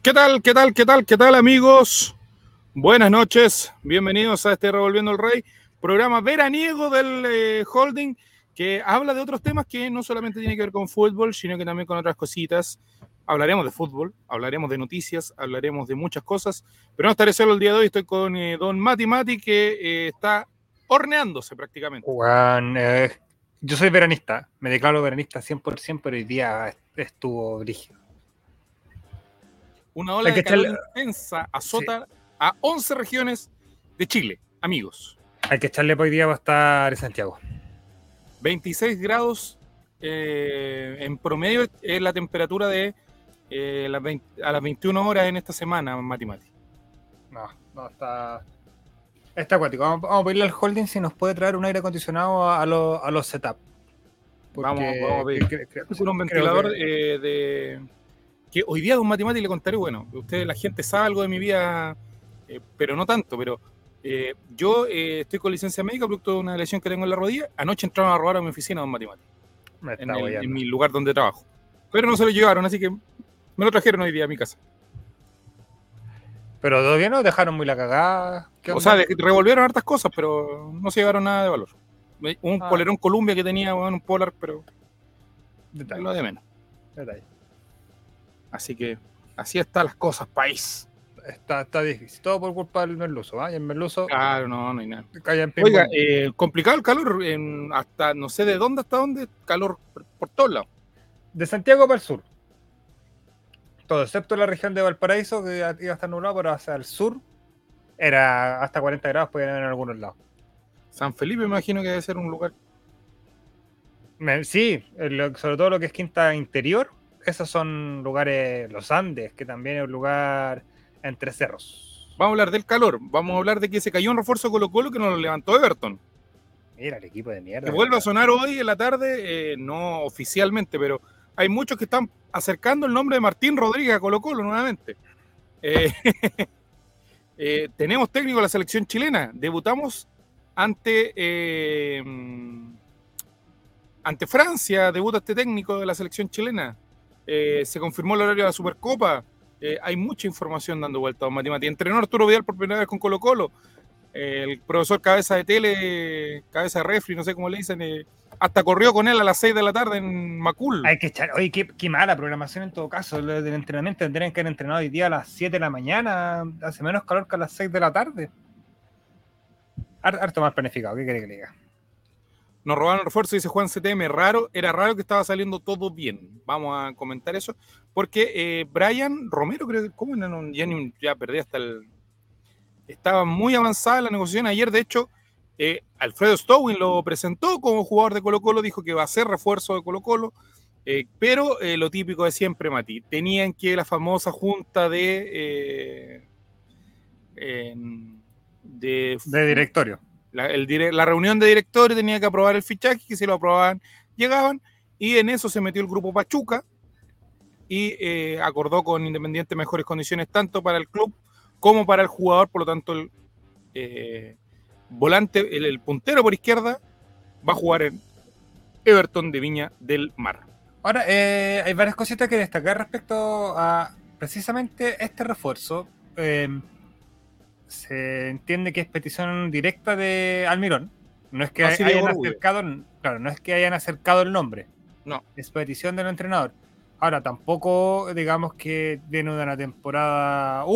¿Qué tal, qué tal, qué tal, qué tal, amigos? Buenas noches, bienvenidos a este Revolviendo el Rey, programa veraniego del Holding, que habla de otros temas que no solamente tiene que ver con fútbol, sino que también con otras cositas. Hablaremos de fútbol, hablaremos de noticias, hablaremos de muchas cosas, pero no estaré solo el día de hoy, estoy con don Mati, que está horneándose prácticamente. Juan, yo soy veranista, me declaro veranista 100%, pero hoy día estuvo brígido. Una ola de calor intensa azota a 11 regiones de Chile, amigos. Hay que echarle para hoy día, va a estar en Santiago. 26 grados en promedio es la temperatura de a las 21 horas en esta semana, Mati. No, está acuático. Vamos a pedirle al Holding si nos puede traer un aire acondicionado a los setup. Vamos a pedir. Un ventilador que hoy día don Mati le contaré, bueno, ustedes, la gente sabe algo de mi vida, pero no tanto, pero yo estoy con licencia médica producto de una lesión que tengo en la rodilla. Anoche entraron a robar a mi oficina don Mati en mi lugar donde trabajo, pero no se lo llevaron, así que me lo trajeron hoy día a mi casa. Pero todavía no dejaron muy la cagada. O sea, revolvieron hartas cosas, pero no se llevaron nada de valor. Un polerón Columbia que tenía, bueno, un polar, pero detalle. Lo de menos. Detalle. Así que así están las cosas, país. Está difícil. Todo por culpa del merluzo, ¿eh? Y el merluzo. Claro, no hay nada. Oiga, complicado el calor, hasta no sé de dónde hasta dónde, calor por todos lados. De Santiago para el sur. Todo, excepto la región de Valparaíso, que iba a estar nublado, pero hacia el sur era hasta 40 grados, podían haber en algunos lados. San Felipe me imagino que debe ser un lugar. Sí, sobre todo lo que es Quinta Interior, esos son lugares, los Andes, que también es un lugar entre cerros. Vamos a hablar del calor, vamos a hablar de que se cayó un refuerzo Colo-Colo que nos lo levantó Everton. Mira, el equipo de mierda. Que vuelve a sonar hoy en la tarde, no oficialmente, pero hay muchos que están acercando el nombre de Martín Rodríguez a Colo-Colo nuevamente. Tenemos técnico de la selección chilena. Debutamos ante Francia, debuta este técnico de la selección chilena. Se confirmó el horario de la Supercopa. Hay mucha información dando vuelta a don Mati. Entrenó Arturo Vidal por primera vez con Colo-Colo. El profesor cabeza de tele, cabeza de refri, no sé cómo le dicen, hasta corrió con él a las 6 de la tarde en Macul. Hay que echar, oye, qué mala programación en todo caso. Lo del entrenamiento tendrían que haber entrenado hoy día a las 7 de la mañana, hace menos calor que a las 6 de la tarde. Harto más planificado, ¿qué quiere que le diga? Nos robaron refuerzo, dice Juan CTM, era raro que estaba saliendo todo bien. Vamos a comentar eso, porque Brian Romero, creo que, ¿cómo no? Ya perdí hasta el... Estaba muy avanzada la negociación. Ayer, de hecho, Alfredo Stowin lo presentó como jugador de Colo-Colo, dijo que va a ser refuerzo de Colo-Colo, pero lo típico de siempre, Mati, tenían que la famosa junta de directorio. La reunión de directorio tenía que aprobar el fichaje, que si lo aprobaban, llegaban, y en eso se metió el grupo Pachuca y acordó con Independiente mejores condiciones tanto para el club como para el jugador. Por lo tanto, el volante, el puntero por izquierda, va a jugar en Everton de Viña del Mar. Ahora, hay varias cositas que destacar respecto a precisamente este refuerzo. Se entiende que es petición directa de Almirón. No es que hayan acercado, claro, no es que hayan acercado el nombre. No. Es petición del entrenador. Ahora, tampoco digamos que viene de una temporada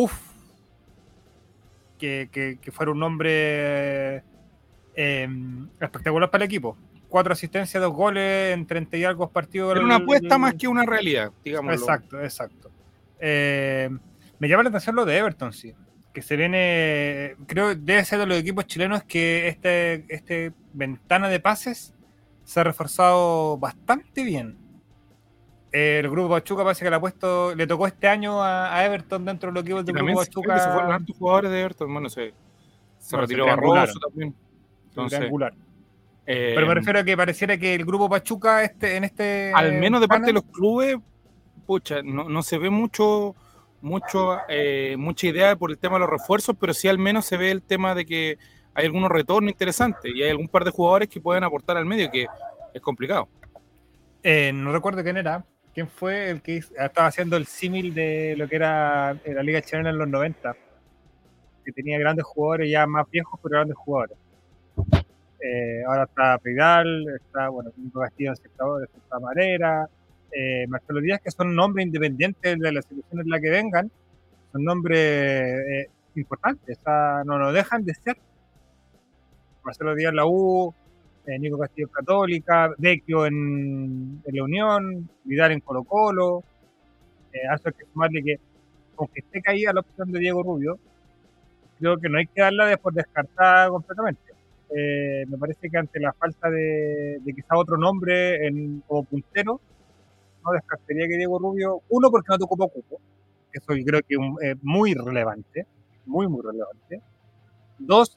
que fuera un nombre espectacular para el equipo. 4 asistencias, 2 goles en 30 y algo partidos. Era una apuesta más que una realidad, digámoslo. Exacto. Me llama la atención lo de Everton, sí. Que se viene, creo debe ser de los equipos chilenos que este ventana de pases se ha reforzado bastante bien. El grupo Pachuca parece que le tocó este año a Everton dentro de los equipos del grupo Pachuca. Se fueron hartos jugadores de Everton, bueno, se retiró Barroso también. Entonces, triangular. Pero me refiero a que pareciera que el grupo Pachuca al menos de parte de los clubes, pucha, no se ve mucha idea por el tema de los refuerzos, pero sí al menos se ve el tema de que hay algunos retornos interesantes y hay algún par de jugadores que pueden aportar al medio, que es complicado. No recuerdo quién era, ¿Quién fue el que estaba haciendo el símil de lo que era la Liga Chilena en los 90? Que tenía grandes jugadores ya más viejos, pero grandes jugadores. Ahora está Pidal, está, bueno, Nico Castillo en sectores, está Marera, Marcelo Díaz, que son nombres independientes de la selección en la que vengan, son nombres importantes, o sea, no nos dejan de ser. Marcelo Díaz en la U, Nico Castillo en Católica, Vecchio en la Unión, Vidal en Colo Colo, eso hay que sumarle que, aunque esté caída la opción de Diego Rubio, creo que no hay que darla por descartada completamente. Me parece que ante la falta de quizá otro nombre como puntero, no descartaría que Diego Rubio, uno, porque no te ocupa cupo, eso yo creo que es muy relevante, muy, muy relevante. Dos,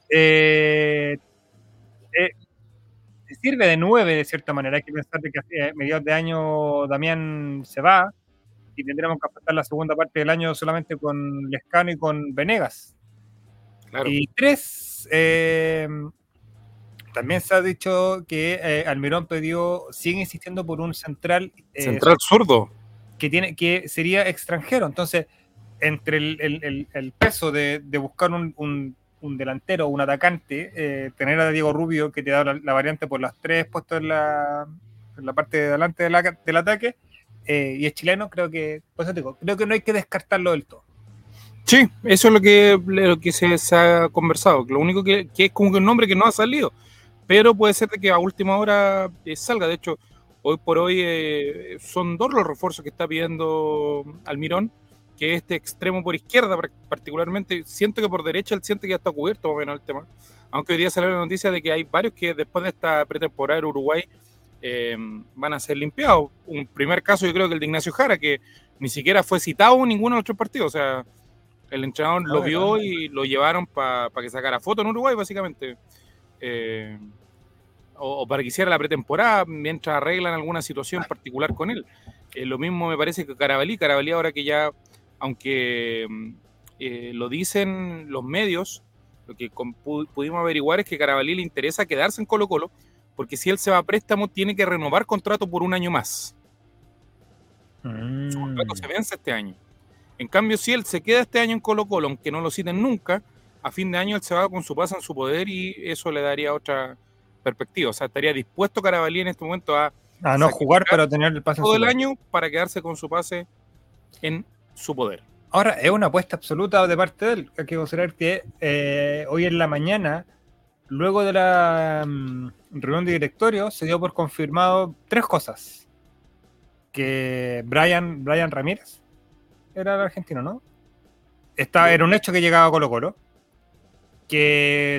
se sirve de 9 de cierta manera. Hay que pensar de que a mediados de año Damián se va y tendremos que afrontar la segunda parte del año solamente con Lescano y con Venegas. Claro. Y tres, también se ha dicho que Almirón sigue insistiendo por un central zurdo que sería extranjero. Entonces, entre el peso de buscar un delantero, un atacante, tener a Diego Rubio que te da la variante por las tres puestos en la parte de adelante del ataque, y es chileno, creo que no hay que descartarlo del todo. Sí, eso es lo que se ha conversado. Lo único que es como que un nombre que no ha salido, pero puede ser de que a última hora salga. De hecho, hoy por hoy son dos los refuerzos que está pidiendo Almirón, que este extremo por izquierda particularmente. Siento que por derecha él siente que ya está cubierto más o menos el tema, aunque hoy día salió la noticia de que hay varios que después de esta pretemporada en Uruguay van a ser limpiados. Un primer caso yo creo que el de Ignacio Jara, que ni siquiera fue citado en ninguno de los otros partidos. O sea, el entrenador lo vio y lo llevaron para que sacara foto en Uruguay, básicamente. O para que hiciera la pretemporada mientras arreglan alguna situación particular con él. Lo mismo me parece que Carabalí ahora que ya, aunque lo dicen los medios, lo que pudimos averiguar es que Carabalí le interesa quedarse en Colo Colo, porque si él se va a préstamo tiene que renovar contrato por un año más. Su contrato se vence este año. En cambio, si él se queda este año en Colo Colo, aunque no lo citen nunca, a fin de año él se va con su pase en su poder y eso le daría otra perspectiva. O sea, estaría dispuesto Carabalí en este momento a no jugar, pero tener el pase todo el año para quedarse con su pase en su poder. Ahora, es una apuesta absoluta de parte de él. Hay que considerar que hoy en la mañana, luego de la reunión de directorio, se dio por confirmado 3 cosas. Que Brian Ramírez era el argentino, ¿no? Era un hecho que llegaba a Colo Colo. Que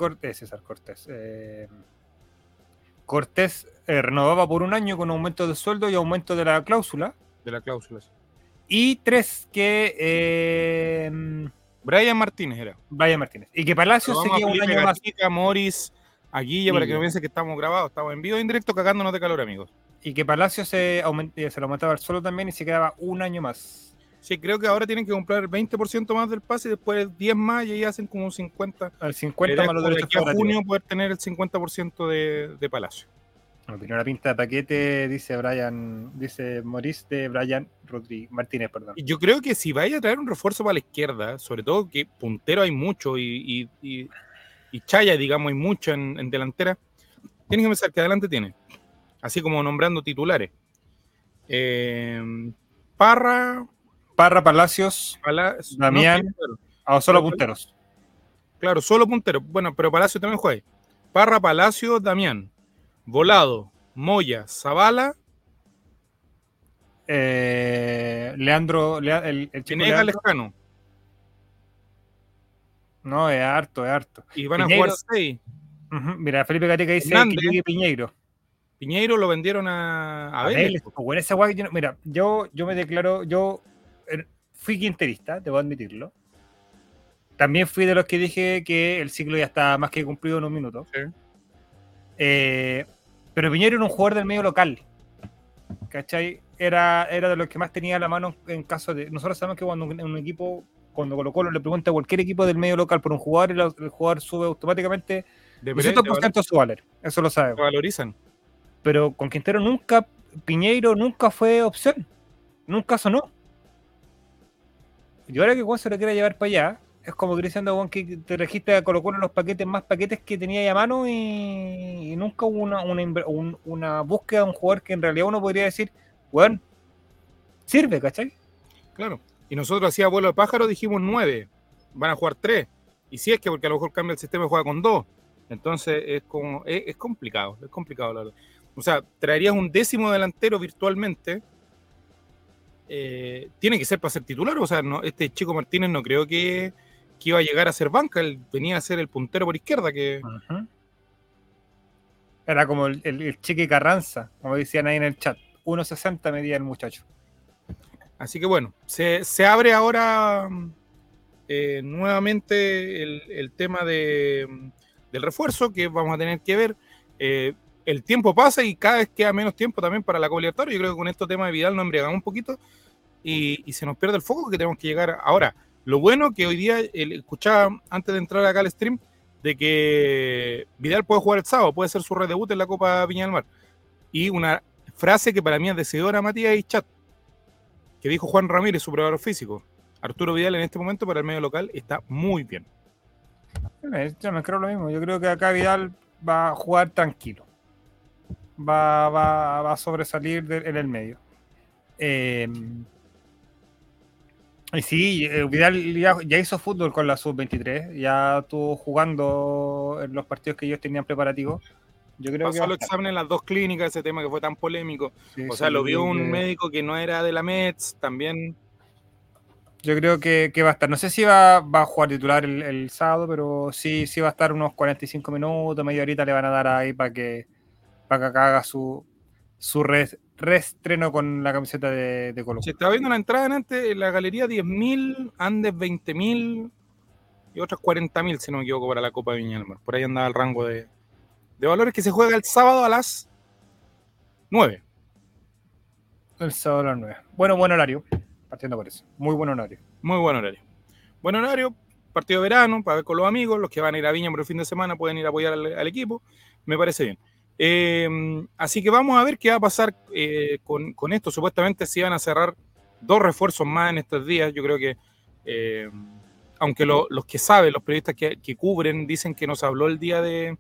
Cortés renovaba por un año con aumento de sueldo y aumento de la cláusula. Y 3, que Brian Martínez era. Brian Martínez. Y que Palacios seguía un año más. Morris, Aguilla, para que no piensen que estamos grabados, estamos en vivo, en directo, cagándonos de calor, amigos. Y que Palacios se lo aumentaba el sueldo también y se quedaba un año más. Sí, creo que ahora tienen que comprar el 20% más del pase y después 10 más y ahí hacen como un 50%. Al 50% más los derechos federativos. Aquí a junio poder tener el 50% de Palacio. Tiene una pinta de paquete, dice Maurice de Brian Martínez, perdón. Yo creo que si vaya a traer un refuerzo para la izquierda, sobre todo que puntero hay mucho y chaya, digamos, hay mucho en delantera, tiene que pensar que adelante tiene. Así como nombrando titulares. Parra, Palacios, Damián, no, solo punteros. Claro, solo punteros. Bueno, pero Palacios también juega ahí. Parra, Palacios, Damián, Volado, Moya, Zavala, Leandro, el Venegas, Lescano. No, es harto. Y van Piñeiro, a jugar 6. Mira, Felipe Gatica dice Hernández, que llegue Piñeiro. Piñeiro lo vendieron a Vélez. Bueno, esa guay, mira, yo me declaro, yo fui quinterista, debo admitirlo. También fui de los que dije que el ciclo ya está más que cumplido en un minuto. Sí. Pero Piñeiro era un jugador del medio local. ¿Cachai? Era de los que más tenía la mano en caso de... Nosotros sabemos que cuando un equipo, cuando Colo Colo le pregunta a cualquier equipo del medio local por un jugador, el jugador sube automáticamente un 100% su valor. Eso lo sabemos. Lo valorizan. Pero con Quintero Piñeiro nunca fue opción. nunca sonó. Y ahora que Juan se lo quiere llevar para allá, es como que diciendo Juan que te registra Colo Colo los paquetes más paquetes que tenía ahí a mano y nunca hubo una búsqueda de un jugador que en realidad uno podría decir, bueno, sirve, ¿cachai? Claro. Y nosotros hacía vuelo de pájaro, dijimos 9. Van a jugar 3. Y si es que porque a lo mejor cambia el sistema y juega con 2. Entonces es como es complicado, la verdad. O sea, traerías un décimo delantero virtualmente. Tiene que ser para ser titular. O sea, no, este Chico Martínez no creo que iba a llegar a ser banca. Él venía a ser el puntero por izquierda. Uh-huh. Era como el Chiqui Carranza, como decían ahí en el chat. 1.60 medía el muchacho. Así que bueno, se abre ahora nuevamente el tema del refuerzo que vamos a tener que ver. El tiempo pasa y cada vez queda menos tiempo también para la Copa Libertadores. Yo creo que con este tema de Vidal nos embriagamos un poquito y se nos pierde el foco que tenemos que llegar ahora. Lo bueno que hoy día escuchaba antes de entrar acá al stream de que Vidal puede jugar el sábado, puede ser su redebut en la Copa Viña del Mar. Y una frase que para mí es decidora, Matías y chat, que dijo Juan Ramírez, su preparador físico. Arturo Vidal en este momento para el medio local está muy bien. Yo me creo lo mismo. Yo creo que acá Vidal va a jugar tranquilo. Va a sobresalir en el medio. Y sí, Vidal ya hizo fútbol con la sub-23. Ya estuvo jugando en los partidos que ellos tenían preparativos. Yo creo pasó los exámenes en las 2 clínicas, ese tema que fue tan polémico. Sí, o sea, lo vio un médico que no era de la Mets, también. Yo creo que va a estar. No sé si va a jugar titular el sábado, pero sí va a estar unos 45 minutos, media horita le van a dar ahí para que haga su reestreno con la camiseta de Colo Colo. Se estaba viendo la entrada antes en la galería 10.000, Andes 20.000 y otras 40.000, si no me equivoco, para la Copa de Viña del Mar. Por ahí andaba el rango de valores que se juega el sábado a las 9. El sábado a las 9. Bueno, buen horario. Partiendo por eso. Muy buen horario. Muy buen horario. Buen horario, partido de verano, para ver con los amigos. Los que van a ir a Viña por el fin de semana pueden ir a apoyar al equipo. Me parece bien. Así que vamos a ver qué va a pasar con esto. Supuestamente se iban a cerrar 2 refuerzos más en estos días. Yo creo que, aunque los que saben, los periodistas que cubren, dicen que nos habló el día de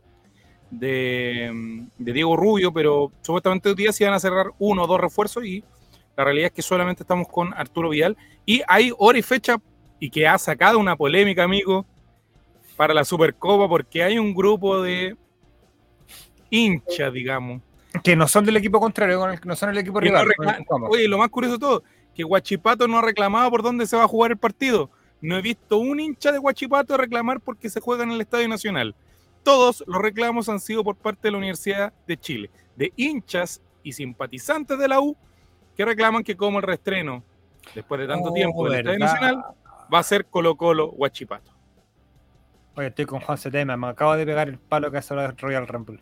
Diego Rubio, pero supuestamente hoy día se iban a cerrar 1 o 2 refuerzos y la realidad es que solamente estamos con Arturo Vidal y hay hora y fecha y que ha sacado una polémica, amigo, para la Supercopa porque hay un grupo de hinchas, digamos. Que no son del equipo contrario, no son el equipo rival. Oye, lo más curioso de todo, que Huachipato no ha reclamado por dónde se va a jugar el partido. No he visto un hincha de Huachipato reclamar porque se juega en el Estadio Nacional. Todos los reclamos han sido por parte de la Universidad de Chile, de hinchas y simpatizantes de la U que reclaman que como el reestreno, después de tanto tiempo del Estadio Nacional, va a ser Colo Colo Huachipato. Oye, estoy con Juan Setema, me acabo de pegar el palo que hace la Royal Rumble.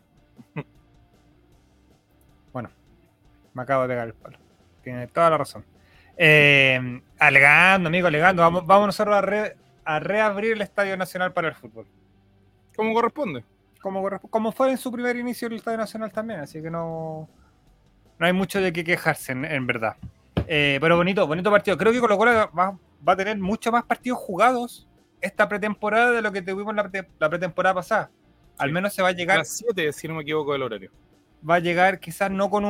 Bueno, me acabo de pegar el palo. Tiene toda la razón. Alegando, amigo, alegando. Vamos nosotros a reabrir el Estadio Nacional para el fútbol. ¿Cómo corresponde? Como fue en su primer inicio el Estadio Nacional también, así que no hay mucho de qué quejarse, en verdad. Pero bonito partido. Creo que Colo Colo va a tener muchos más partidos jugados esta pretemporada de lo que tuvimos la pretemporada pasada. Al menos se va a llegar... A las 7, si no me equivoco, del horario. Va a llegar quizás no con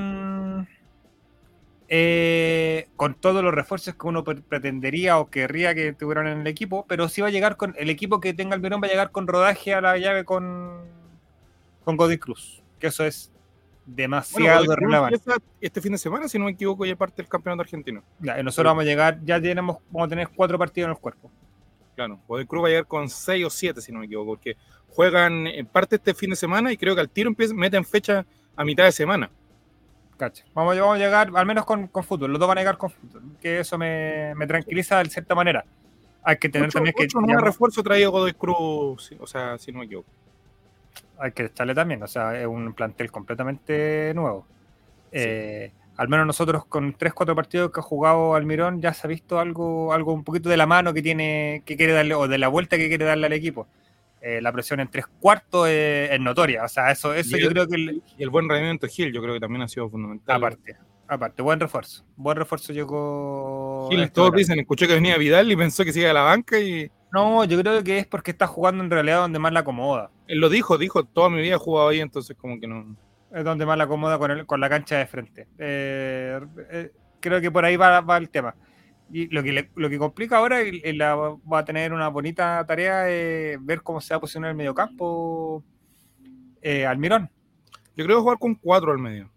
con todos los refuerzos que uno pretendería o querría que tuvieran en el equipo, pero sí va a llegar con el equipo que tenga el Almirón, va a llegar con rodaje a la llave con Godoy Cruz, que eso es demasiado relevante. Este fin de semana, si no me equivoco, ya parte del campeonato argentino. Ya, y nosotros vamos a llegar, vamos a tener 4 partidos en el cuerpo. Claro, Godoy Cruz va a llegar con 6 o 7, si no me equivoco, porque juegan en parte este fin de semana y creo que al tiro meten fecha a mitad de semana. Cacha. Vamos a llegar al menos con fútbol, los dos van a llegar con fútbol, que eso me tranquiliza de cierta manera. Hay que tener también que... un refuerzo traído Godoy Cruz, o sea, si no me equivoco. Hay que estarle también, o sea, es un plantel completamente nuevo. Sí. Al menos nosotros con 3-4 partidos que ha jugado Almirón ya se ha visto algo un poquito de la mano que quiere darle, o de la vuelta que quiere darle al equipo. La presión en 3/4 es notoria, o sea, eso yo creo que... Y el buen rendimiento de Gil, yo creo que también ha sido fundamental. Aparte. Aparte, buen refuerzo. Buen refuerzo llegó Giles, este todos verano. dicen, escuché que venía Vidal y pensó que se iba a la banca y No, yo creo que es porque está jugando en realidad donde más la acomoda. él lo dijo, toda mi vida he jugado ahí, entonces como que no. Es donde más la acomoda con la cancha de frente. Creo que por ahí va el tema. Y lo que complica ahora va a tener una bonita tarea ver cómo se va a posicionar el mediocampo Almirón. Yo creo que jugar con 4 al medio.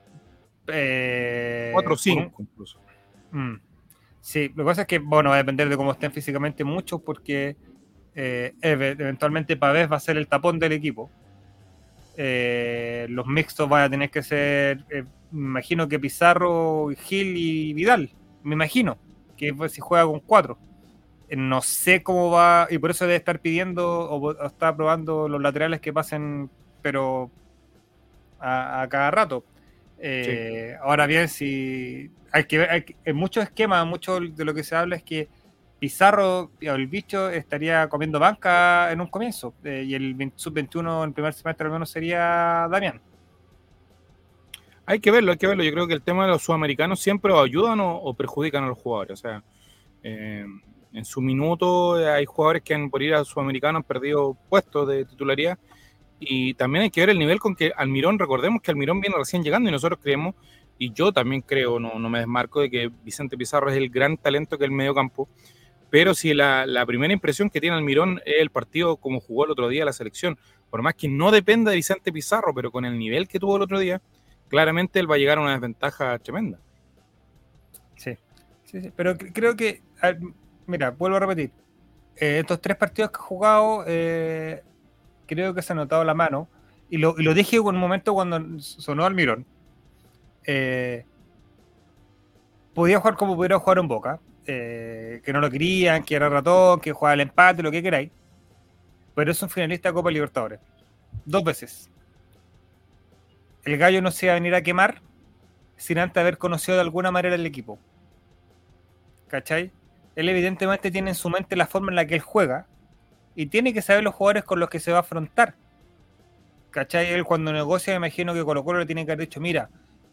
4 o Con un, 5 incluso. sí, lo que pasa es que, bueno, va a depender de cómo estén físicamente muchos, porque eventualmente Pavés va a ser el tapón del equipo. Los mixtos van a tener que ser, me imagino que Pizarro, Gil y Vidal, me imagino, que pues, si juega con 4. No sé cómo va, y por eso debe estar pidiendo o está probando los laterales que pasen, pero a cada rato. Sí. Ahora bien, si hay que ver, en muchos esquemas, mucho de lo que se habla es que Pizarro, el bicho, estaría comiendo banca en un comienzo, y el sub-21 en el primer semestre al menos sería Damián. Hay que verlo. Yo creo que el tema de los sudamericanos siempre o ayudan o perjudican a los jugadores. O sea, en su minuto hay jugadores que por ir a sudamericano han perdido puestos de titularidad. Y también hay que ver el nivel con que Almirón, recordemos que Almirón viene recién llegando y nosotros creemos, y yo también creo, no me desmarco de que Vicente Pizarro es el gran talento que es el medio campo, pero si la primera impresión que tiene Almirón es el partido como jugó el otro día la selección, por más que no dependa de Vicente Pizarro, pero con el nivel que tuvo el otro día, claramente él va a llegar a una desventaja tremenda. Sí, sí, pero creo que, mira, vuelvo a repetir, estos 3 partidos que ha jugado, creo que se ha notado la mano, y lo dije en un momento cuando sonó Almirón. Podía jugar como pudiera jugar en Boca, que no lo querían, que era ratón, que jugaba el empate, lo que queráis, pero es un finalista de Copa Libertadores 2 veces. El gallo no se iba a venir a quemar sin antes haber conocido de alguna manera el equipo, ¿cachai? Él evidentemente tiene en su mente la forma en la que él juega y tiene que saber los jugadores con los que se va a afrontar, ¿cachai? Él cuando negocia, me imagino que Colo-Colo le tiene que haber dicho, mira,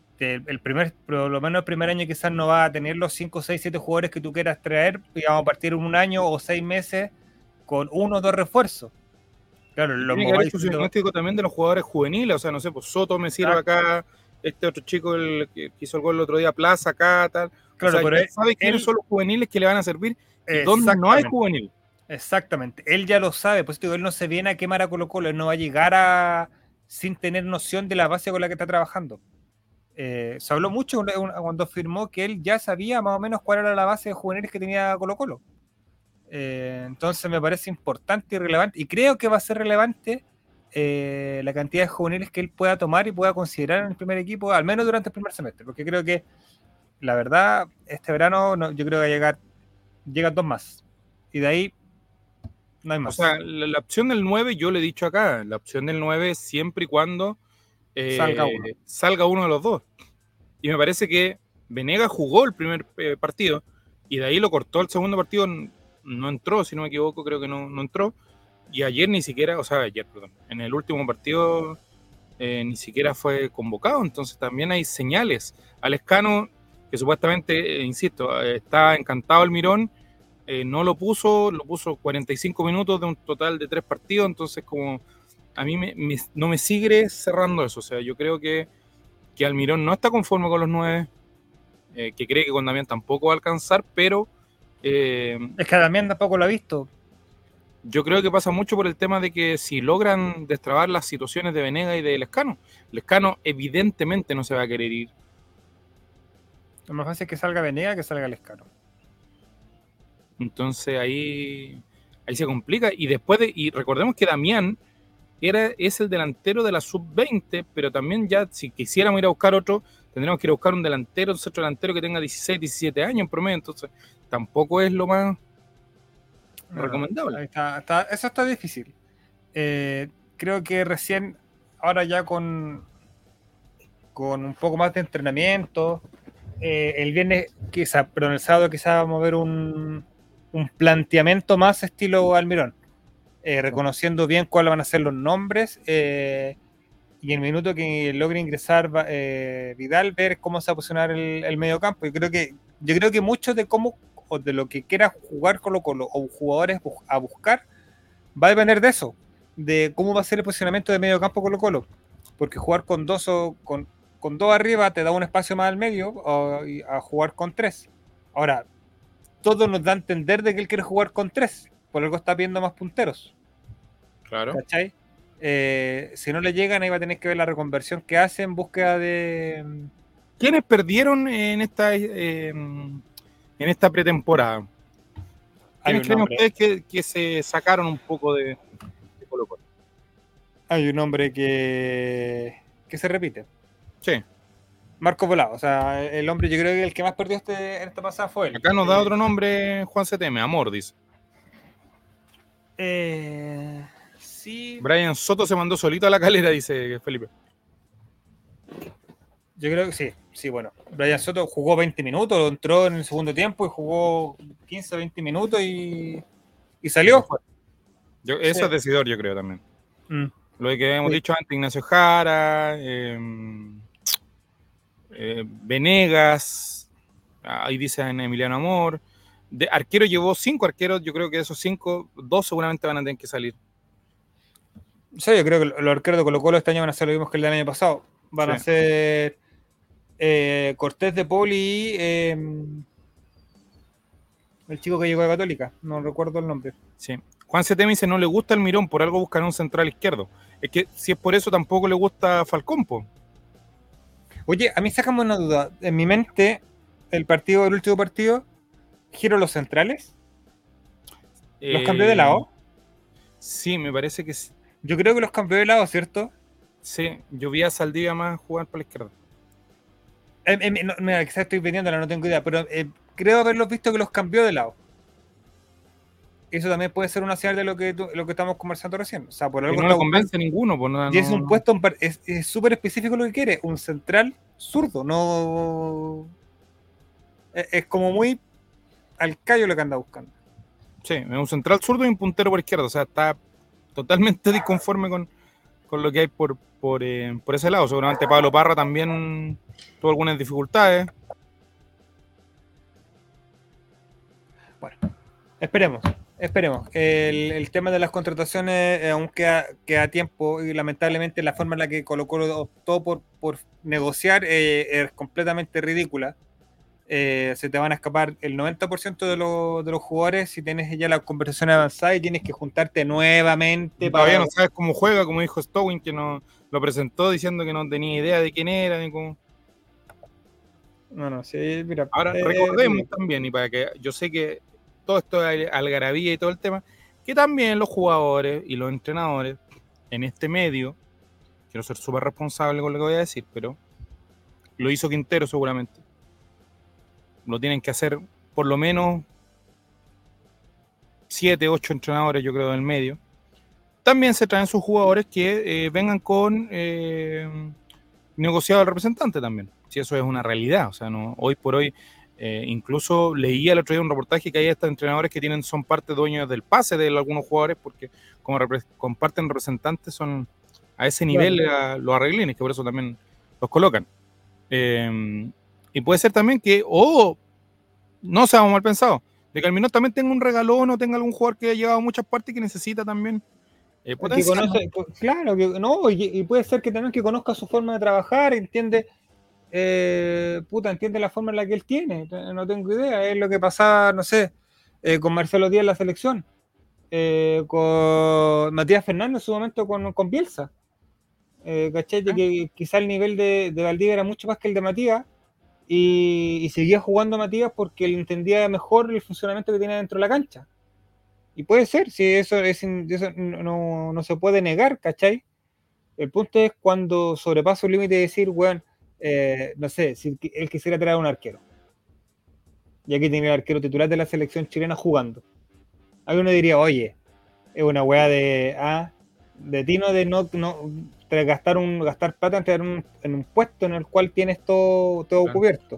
por lo menos el primer año quizás no va a tener los 5, 6, 7 jugadores que tú quieras traer, y vamos a partir en un año o 6 meses con 1 o 2 refuerzos. Claro, Y los tiene que haber mováis hecho su diagnóstico también de los jugadores juveniles, o sea, no sé, pues Soto me sirve acá, este otro chico el que hizo el gol el otro día, Plaza acá, tal. O claro, sea, pero ya sabe quiénes son los juveniles que le van a servir y dónde no hay exactamente, juvenil. exactamente, él ya lo sabe, pues digo, él no se viene a quemar a Colo-Colo, él no va a llegar sin tener noción de la base con la que está trabajando. Se habló mucho cuando firmó que él ya sabía más o menos cuál era la base de juveniles que tenía Colo-Colo. Entonces me parece importante y relevante, y creo que va a ser relevante la cantidad de juveniles que él pueda tomar y pueda considerar en el primer equipo, al menos durante el primer semestre, porque creo que la verdad, este verano yo creo que llegan 2 más, y de ahí no hay O más. sea, la opción del 9, yo le he dicho acá, la opción del 9 siempre y cuando salga uno de los dos. Y me parece que Venegas jugó el primer partido y de ahí lo cortó el segundo partido, no entró, si no me equivoco, creo que no entró. Y ayer ni siquiera, o sea, ayer, perdón, en el último partido ni siquiera fue convocado. Entonces también hay señales. Lescano, que supuestamente, insisto, está encantado el Mirón, no lo puso 45 minutos de un total de 3 partidos. Entonces, como a mí no me sigue cerrando eso. O sea, yo creo que Almirón no está conforme con los 9, que cree que con Damián tampoco va a alcanzar, pero Es que Damián tampoco lo ha visto. yo creo que pasa mucho por el tema de que si logran destrabar las situaciones de Venegas y de Lescano evidentemente no se va a querer ir. Lo más fácil es que salga Venegas que salga Lescano. Entonces ahí se complica. Y recordemos que Damián es el delantero de la sub-20, pero también ya si quisiéramos ir a buscar otro, tendríamos que ir a buscar un centro delantero que tenga 16, 17 años en promedio. Entonces tampoco es lo más recomendable. Ahí eso está difícil. Creo que recién, ahora ya con un poco más de entrenamiento, el viernes quizá, pero en el sábado quizá vamos a ver un planteamiento más estilo Almirón, reconociendo bien cuáles van a ser los nombres, y el minuto que logre ingresar Vidal, ver cómo se va a posicionar el medio campo. Yo creo que mucho de cómo o de lo que quiera jugar Colo-Colo o jugadores a buscar va a depender de eso, de cómo va a ser el posicionamiento de medio campo Colo-Colo, porque jugar con dos o con dos arriba te da un espacio más al medio a jugar con tres. Ahora, todo nos da a entender de que él quiere jugar con tres, por algo está viendo más punteros. Claro. ¿Cachai? Si no le llegan, ahí va a tener que ver la reconversión que hace en búsqueda de. ¿Quiénes perdieron en esta pretemporada? ¿Quiénes creen ustedes que se sacaron un poco de Colo-Colo? Hay un hombre que se repite. Sí. Marcos Volado. O sea, el hombre, yo creo que el que más perdió en esta pasada fue él. Acá nos da otro nombre, Juan CTM, Amor, dice. Sí. Brian Soto se mandó solito a la calera, dice Felipe. Yo creo que sí. Sí, bueno. Brian Soto jugó 20 minutos, entró en el segundo tiempo y jugó 15 o 20 minutos y salió. Eso es decidor, yo creo también. Lo que hemos dicho antes, Ignacio Jara, Venegas, ahí dice Emiliano Amor. De arquero llevó 5 arqueros, yo creo que de esos 5, 2 seguramente van a tener que salir. Sí, yo creo que los arqueros de Colo-Colo este año van a ser lo mismo que el del año pasado. Van a ser Cortés de Poli y el chico que llegó de Católica, no recuerdo el nombre. Sí. Juan CTM dice, no le gusta el Mirón, por algo buscan un central izquierdo. Es que si es por eso tampoco le gusta Falcón, po. Oye, a mí sácame una duda. En mi mente, el último partido, giro los centrales. ¿Los cambió de lado? Sí, me parece que sí. Yo creo que los cambió de lado, ¿cierto? Sí, yo vi a Saldivia más jugar por la izquierda. Mira, quizás estoy vendiéndola, no tengo idea, pero creo haberlos visto que los cambió de lado. Eso también puede ser una señal de lo que estamos conversando recién. O sea, por algo no le convence ninguno. Pues nada, y es un puesto, es súper específico lo que quiere. Un central zurdo, no. Es como muy al callo lo que anda buscando. Sí, es un central zurdo y un puntero por izquierda. O sea, está totalmente disconforme con lo que hay por ese lado. Seguramente Pablo Parra también tuvo algunas dificultades. Bueno, esperemos. El tema de las contrataciones aún queda tiempo y lamentablemente la forma en la que Colo-Colo optó por negociar es completamente ridícula. Se te van a escapar el 90% de los jugadores si tienes ya la conversación avanzada y tienes que juntarte nuevamente. Todavía no sabes cómo juega, como dijo Stowin, que no lo presentó diciendo que no tenía idea de quién era ni cómo. No, sí, mira. Ahora, recordemos también, y para que yo sé que todo esto es algarabía y todo el tema, que también los jugadores y los entrenadores en este medio, quiero ser súper responsable con lo que voy a decir, pero lo hizo Quintero seguramente. Lo tienen que hacer por lo menos 7, 8 entrenadores, yo creo, del medio. También se traen sus jugadores que vengan con negociado al representante también, si eso es una realidad. O sea, no, hoy por hoy, incluso leía el otro día un reportaje que hay estos entrenadores que son parte dueños del pase de algunos jugadores, porque como comparten representantes son a ese nivel los arreglines, que por eso también los colocan. Y puede ser también que, no seamos mal pensados, de que Almirón también tenga un regalón o tenga algún jugador que ha llegado a muchas partes y que necesita también potenciar. Claro, y puede ser que también que conozca su forma de trabajar, entiende la forma en la que él tiene, no tengo idea, es lo que pasaba, no sé, con Marcelo Díaz en la selección, con Matías Fernández en su momento con Bielsa. ¿Cachai? Que quizá el nivel de Valdivia era mucho más que el de Matías y seguía jugando Matías porque él entendía mejor el funcionamiento que tenía dentro de la cancha. Y puede ser, si eso no se puede negar, ¿cachai? El punto es cuando sobrepasa un límite de decir, bueno, no sé, si él quisiera traer a un arquero. Y aquí tiene el arquero titular de la selección chilena jugando. Alguno diría, oye, es una weá de tino de no gastar plata en un puesto en el cual tienes todo cubierto.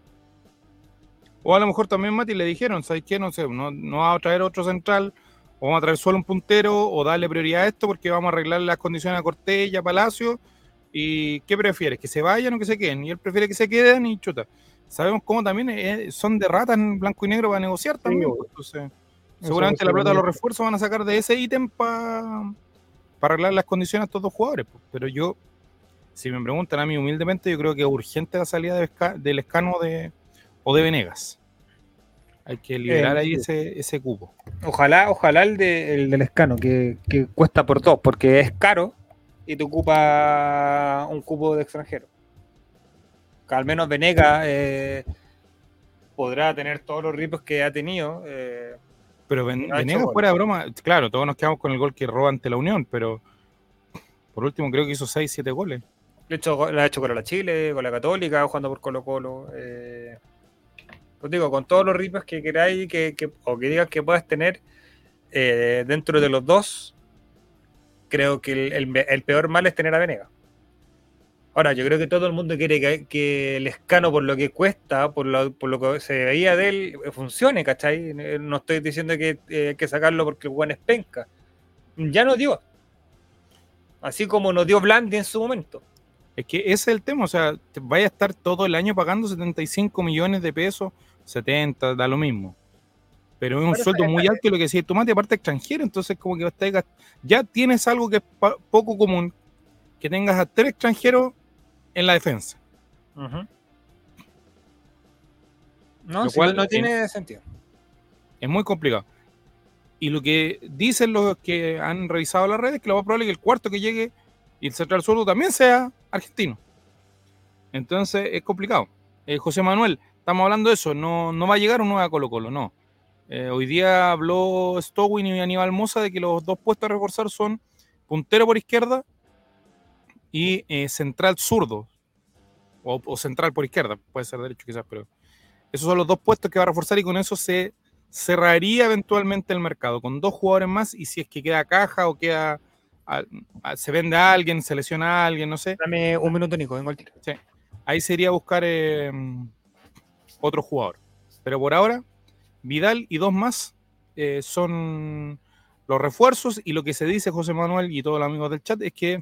O a lo mejor también Mati le dijeron, ¿sabes qué? No sé, no vamos a traer otro central, o vamos a traer solo un puntero, o darle prioridad a esto porque vamos a arreglar las condiciones a Cortés y a Palacio, ¿Y qué prefieres? ¿Que se vayan o que se queden? Y él prefiere que se queden y chuta. Sabemos cómo también son de rata en blanco y negro para negociar también. Pues, entonces, seguramente la plata de los refuerzos van a sacar de ese ítem para arreglar las condiciones a estos dos jugadores. Pues. Pero yo, si me preguntan a mí humildemente, yo creo que es urgente la salida de Lescano o de Venegas. Hay que liberar ahí ese cupo. Ojalá el del Escano, que cuesta por dos, porque es caro y te ocupa un cupo de extranjero. Que al menos Venegas podrá tener todos los ripos que ha tenido. Pero Venegas, fuera de broma, claro, todos nos quedamos con el gol que roba ante la Unión, pero por último creo que hizo 6-7 goles. Lo ha hecho con la Chile, con la Católica, jugando por Colo-Colo. Pues digo, con todos los ripos que queráis o que digas que puedas tener dentro de los dos, creo que el peor mal es tener a Venegas. Ahora, yo creo que todo el mundo quiere que el Escano, por lo que cuesta, por lo que se veía de él, funcione, ¿cachai? No estoy diciendo que hay que sacarlo porque el buen es penca. Ya no dio. Así como nos dio Blandi en su momento. Es que ese es el tema, o sea, vaya a estar todo el año pagando 75 millones de pesos, 70, da lo mismo. Pero es un sueldo muy alto y lo que decía Tomate, aparte extranjero, entonces como que ya tienes algo que es poco común, que tengas a 3 extranjeros en la defensa. Uh-huh. No, lo cual no tiene sentido. Es muy complicado. Y lo que dicen los que han revisado las redes es que lo más probable es que el cuarto que llegue y el central zurdo también sea argentino. Entonces es complicado. José Manuel, estamos hablando de eso, no va a llegar un nuevo Colo-Colo, no. Hoy día habló Stowin y Aníbal Mosa de que los dos puestos a reforzar son puntero por izquierda y central zurdo. O central por izquierda, puede ser derecho quizás, pero esos son los dos puestos que va a reforzar y con eso se cerraría eventualmente el mercado, con 2 jugadores más y si es que queda caja o queda se vende a alguien, se lesiona a alguien, no sé. Dame un minuto, Nico, vengo al tiro. Sí. Ahí sería buscar otro jugador. Pero por ahora, Vidal y 2 más son los refuerzos y lo que se dice José Manuel y todos los amigos del chat es que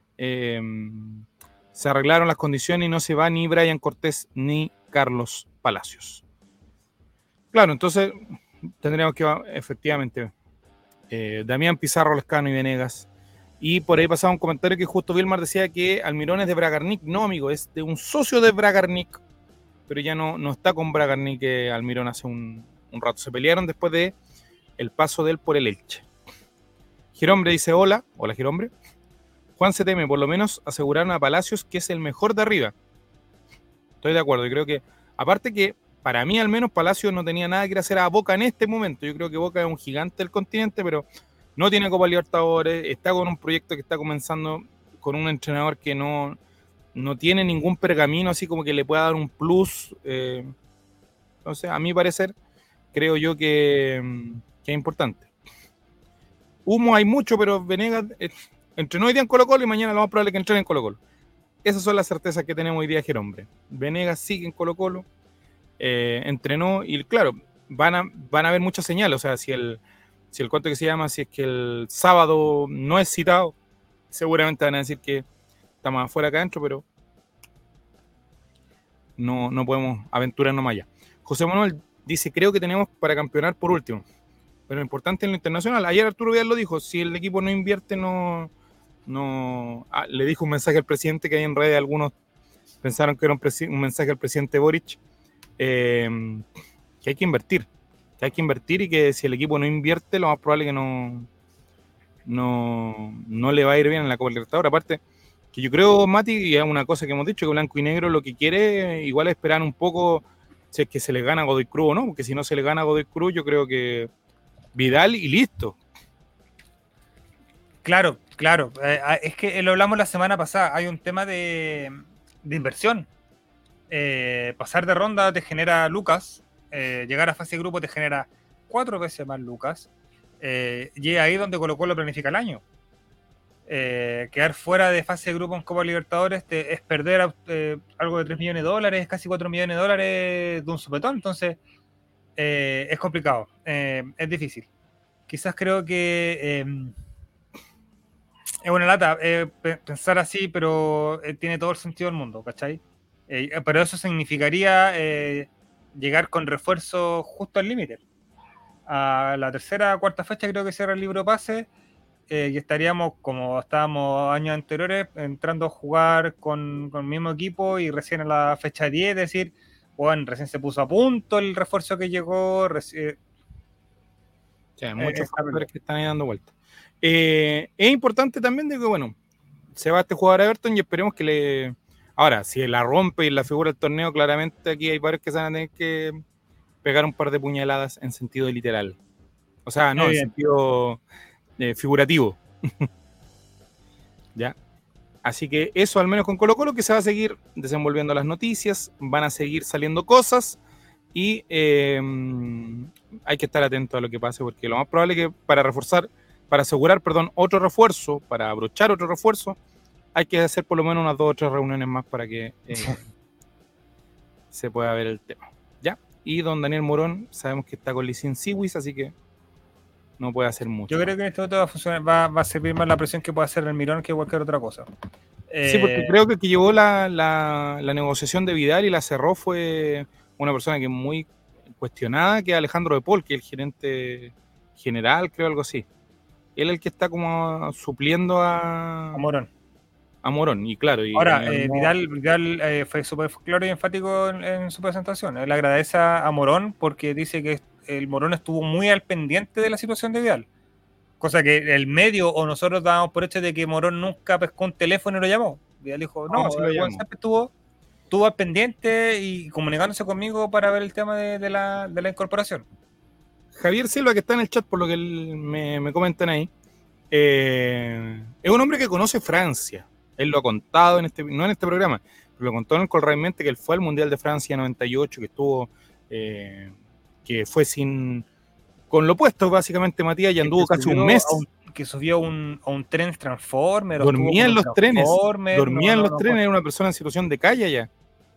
se arreglaron las condiciones y no se va ni Brian Cortés ni Carlos Palacios. Claro, entonces tendríamos que efectivamente Damián Pizarro, Lescano y Venegas. Y por ahí pasaba un comentario que justo Vilmar decía que Almirón es de Bragarnik. No, amigo, es de un socio de Bragarnik, pero ya no está con Bragarnik Almirón hace un rato. Se pelearon después de el paso de él por el Elche. Girombre dice hola Girombre. Juan CTM, por lo menos aseguraron a Palacios que es el mejor de arriba. Estoy de acuerdo, y creo que, aparte que para mí al menos Palacios no tenía nada que hacer a Boca en este momento. Yo creo que Boca es un gigante del continente, pero no tiene Copa Libertadores, está con un proyecto que está comenzando con un entrenador que no tiene ningún pergamino así como que le pueda dar un plus. Entonces, a mi parecer, creo yo que es importante. Humo hay mucho, pero Venegas entrenó hoy día en Colo-Colo y mañana lo más probable es que entrene en Colo-Colo. Esas son las certezas que tenemos hoy día, Girombre. Venegas sigue en Colo-Colo, entrenó y claro, van a haber muchas señales. O sea, si el cuento que se llama, si es que el sábado no es citado, seguramente van a decir que está más afuera acá adentro, pero no podemos aventurarnos más allá. José Manuel dice, creo que tenemos para campeonar por último, pero lo importante en lo internacional. Ayer Arturo Vidal lo dijo, si el equipo no invierte, le dijo un mensaje al presidente que hay en redes, algunos pensaron que era un mensaje al presidente Boric, que hay que invertir y que si el equipo no invierte, lo más probable es que no le va a ir bien en la Copa Libertadores. Aparte, que yo creo, Mati, y es una cosa que hemos dicho, que Blanco y Negro lo que quiere igual es esperar un poco si es que se le gana a Godoy Cruz o no, porque si no se le gana a Godoy Cruz, yo creo que Vidal y listo. Claro. Es que lo hablamos la semana pasada. Hay un tema de inversión. Pasar de ronda te genera lucas. Llegar a fase de grupo te genera 4 veces más lucas. Y es ahí donde Colo-Colo planifica el año. Quedar fuera de fase de grupo en Copa Libertadores es perder algo de $3 millones, casi $4 millones de un sopetón. Entonces es complicado, es difícil. Quizás creo que Es una lata pensar así, pero tiene todo el sentido del mundo, ¿cachai? Pero eso significaría llegar con refuerzo justo al límite. A la tercera, cuarta fecha creo que cierra el libro pase y estaríamos como estábamos años anteriores, entrando a jugar con el mismo equipo y recién a la fecha 10 decir, bueno, recién se puso a punto el refuerzo que llegó. Sí, hay muchos factores Pelea. que están ahí dando vueltas. Es importante también de que, bueno, se va este jugador a Everton y esperemos que le... Ahora, si la rompe y la figura del torneo, claramente aquí hay varios que se van a tener que pegar un par de puñaladas en sentido literal. O sea, no, en Bien. sentido figurativo. ¿Ya? Así que eso al menos con Colo Colo, que se va a seguir desenvolviendo las noticias, van a seguir saliendo cosas y hay que estar atento a lo que pase porque lo más probable es que para asegurar, perdón, otro refuerzo, para abrochar otro refuerzo, hay que hacer por lo menos unas 2 o 3 reuniones más para que se pueda ver el tema. ¿Ya? Y don Daniel Morón, sabemos que está con Licin Siwis, así que no puede hacer mucho. Yo creo que en este momento va a funcionar, va a servir más la presión que puede hacer el Mirón que cualquier otra cosa. Sí, porque creo que el que llevó la negociación de Vidal y la cerró fue una persona que es muy cuestionada, que es Alejandro de Paul, que es el gerente general, creo, algo así. Él es el que está como supliendo a Morón. Morón, y claro. Ahora, Vidal fue súper claro y enfático en su presentación. Él agradece a Morón porque dice que el Morón estuvo muy al pendiente de la situación de Vidal. Cosa que el medio o nosotros dábamos por hecho de que Morón nunca pescó un teléfono y lo llamó. Vidal dijo, no, sí lo el siempre estuvo al pendiente y comunicándose conmigo para ver el tema de la incorporación. Javier Silva, que está en el chat por lo que me comentan ahí, es un hombre que conoce Francia. Él lo ha contado, no en este programa, pero lo contó en el Colraimente, que él fue al Mundial de Francia 98, que estuvo, que fue con lo puesto básicamente Matías, y anduvo casi un mes. Que subió a un tren Transformer. Dormía en los trenes, trenes, era una persona en situación de calle allá.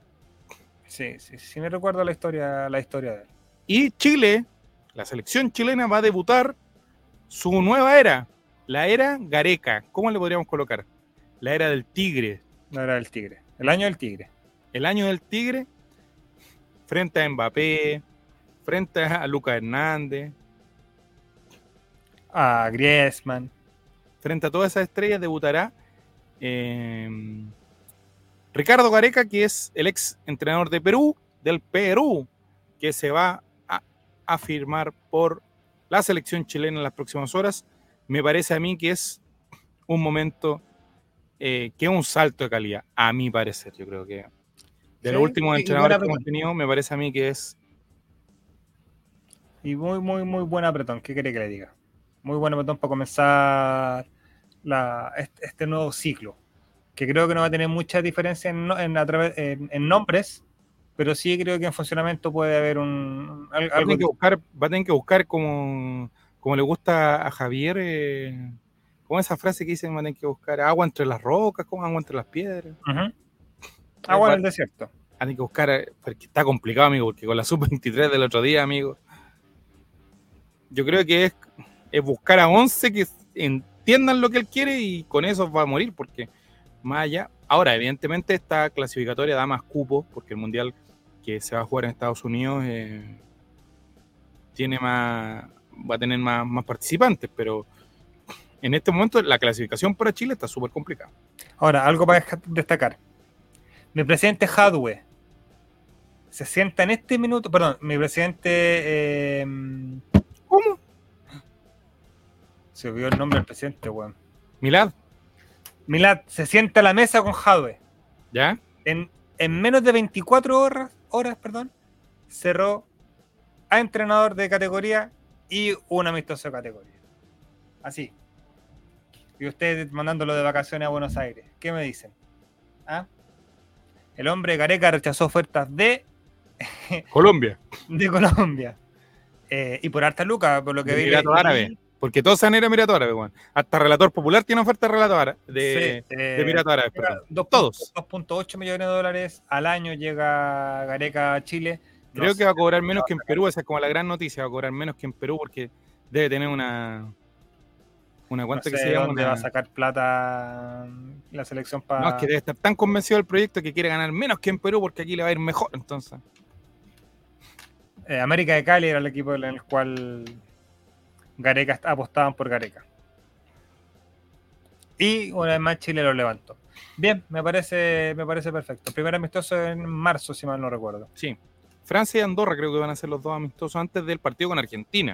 Sí me recuerdo la historia de él. Y Chile, la selección chilena va a debutar su nueva era, la era Gareca. ¿Cómo le podríamos colocar? La era del Tigre. La era del Tigre. El año del Tigre. El año del Tigre, frente a Mbappé, frente a Lucas Hernández, a Griezmann. Frente a todas esas estrellas debutará Ricardo Gareca, que es el ex entrenador de Perú, del Perú, que se va a firmar por la selección chilena en las próximas horas. Me parece a mí que es un momento, que es un salto de calidad, a mi parecer. Yo creo que de los últimos entrenadores que hemos tenido, me parece a mí que es... Y muy, muy, muy buen apretón. ¿Qué quiere que le diga? Muy buen apretón para comenzar este nuevo ciclo. Que creo que no va a tener mucha diferencia en nombres, pero sí creo que en funcionamiento puede haber algo. Va a tener que buscar como le gusta a Javier, como esa frase que dicen, va a tener que buscar agua entre las rocas, como agua entre las piedras. Agua en el desierto. Va a tener que buscar, porque está complicado, amigo, porque con la sub-23 del otro día, amigo, yo creo que es buscar a 11 que entiendan lo que él quiere y con eso va a morir, porque más allá, ahora evidentemente esta clasificatoria da más cupos, porque el mundial que se va a jugar en Estados Unidos va a tener más participantes, pero en este momento la clasificación para Chile está súper complicada. Ahora, algo para destacar. Mi presidente Hadwe se sienta en este minuto, perdón, mi presidente... ¿Cómo? Se olvidó el nombre del presidente, weón. Milad se sienta a la mesa con Hadwe. ¿Ya? En menos de 24 horas, cerró a entrenador de categoría y un amistoso de categoría. Así. Y ustedes mandándolo de vacaciones a Buenos Aires. ¿Qué me dicen? ¿Ah? El hombre Gareca rechazó ofertas de Colombia. De Colombia. Y por harta lucas, por lo que vi. Emiratos Árabes. Porque todos han ido a Emiratos Árabes, bueno. Hasta Relator Popular tiene oferta de Relatos Árabes. De Emiratos Árabes, perdón. Todos. 2.8 millones de dólares al año llega Gareca a Chile. Creo que va a cobrar menos que en Perú. Esa es como la gran noticia. Va a cobrar menos que en Perú porque debe tener una Una No cuenta sé que se de llama dónde va a sacar plata la selección No, es para... que debe estar tan convencido del proyecto que quiere ganar menos que en Perú porque aquí le va a ir mejor, entonces. América de Cali era el equipo en el cual Gareca apostaban por Gareca. Y una vez más Chile lo levantó. Bien, me parece perfecto. Primer amistoso en marzo, si mal no recuerdo. Sí. Francia y Andorra creo que van a ser los dos amistosos antes del partido con Argentina.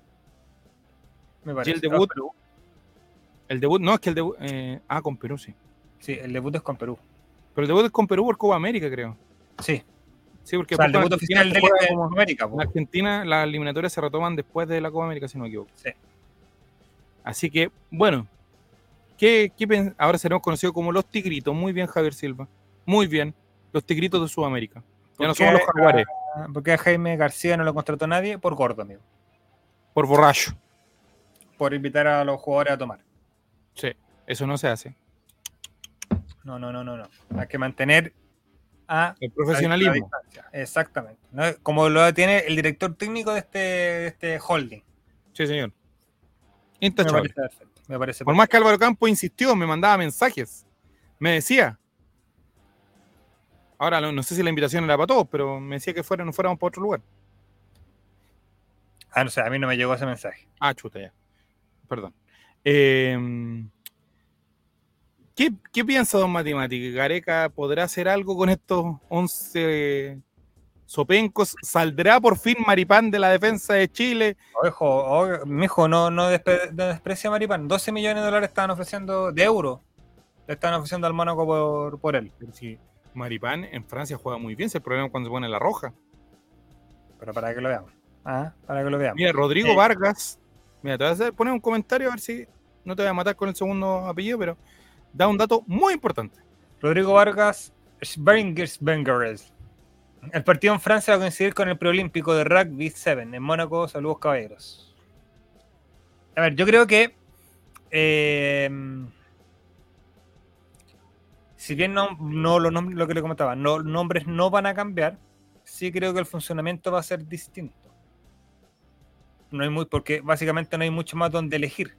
Me Y parece. Perú. el debut, no, es que el debut, con Perú sí. Sí, el debut es con Perú. Pero el debut es con Perú por Copa América, creo. Sí. Sí, porque O sea, el después con debut Argentina oficial se juega de como América. en Argentina las eliminatorias se retoman después de la Copa América, si no me equivoco. Sí. Así que, bueno, ahora seremos conocidos como los Tigritos. Muy bien, Javier Silva. Muy bien. Los Tigritos de Sudamérica. Ya no somos los Jaguares. ¿Por qué a Jaime García no lo contrató nadie? Por gordo, amigo. Por borracho. Por invitar a los jugadores a tomar. Sí, eso no se hace. No. Hay que mantener el profesionalismo. Exactamente. ¿No? Como lo tiene el director técnico de este holding. Sí, señor. Intachable. Me parece perfecto. Por más que Álvaro Campos insistió, me mandaba mensajes. Me decía. Ahora no sé si la invitación era para todos, pero me decía que no fuéramos para otro lugar. No sé, a mí no me llegó ese mensaje. Chuta, ya. Perdón. ¿Qué piensa don Matimati? ¿Gareca podrá hacer algo con estos 11 sopencos? ¿Saldrá por fin Maripán de la defensa de Chile? Mijo, no desprecia a Maripán. 12 millones de dólares estaban ofreciendo, de euros, le estaban ofreciendo al Mónaco por él. Pero si Maripán en Francia juega muy bien, si el problema es cuando se pone la roja. Pero para que lo veamos. Para que lo veamos. Mira, Rodrigo Vargas. Mira, te voy a poner un comentario a ver si no te voy a matar con el segundo apellido, pero da un dato muy importante. Rodrigo Vargas, Schwengersbengeres. El partido en Francia va a coincidir con el preolímpico de Rugby 7 en Mónaco. Saludos, caballeros. A ver, yo creo que si bien no lo que le comentaba, los nombres no van a cambiar, sí creo que el funcionamiento va a ser distinto. Porque básicamente no hay mucho más donde elegir.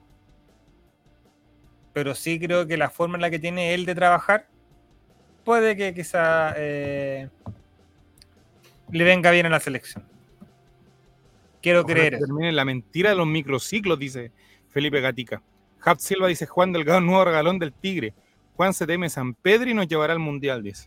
Pero sí creo que la forma en la que tiene él de trabajar puede que quizá le venga bien a la selección. Quiero creer eso. Termine la mentira de los microciclos, dice Felipe Gatica. Jap Silva dice: Juan Delgado, nuevo regalón del Tigre. Juan CTM San Pedro y nos llevará al Mundial, dice.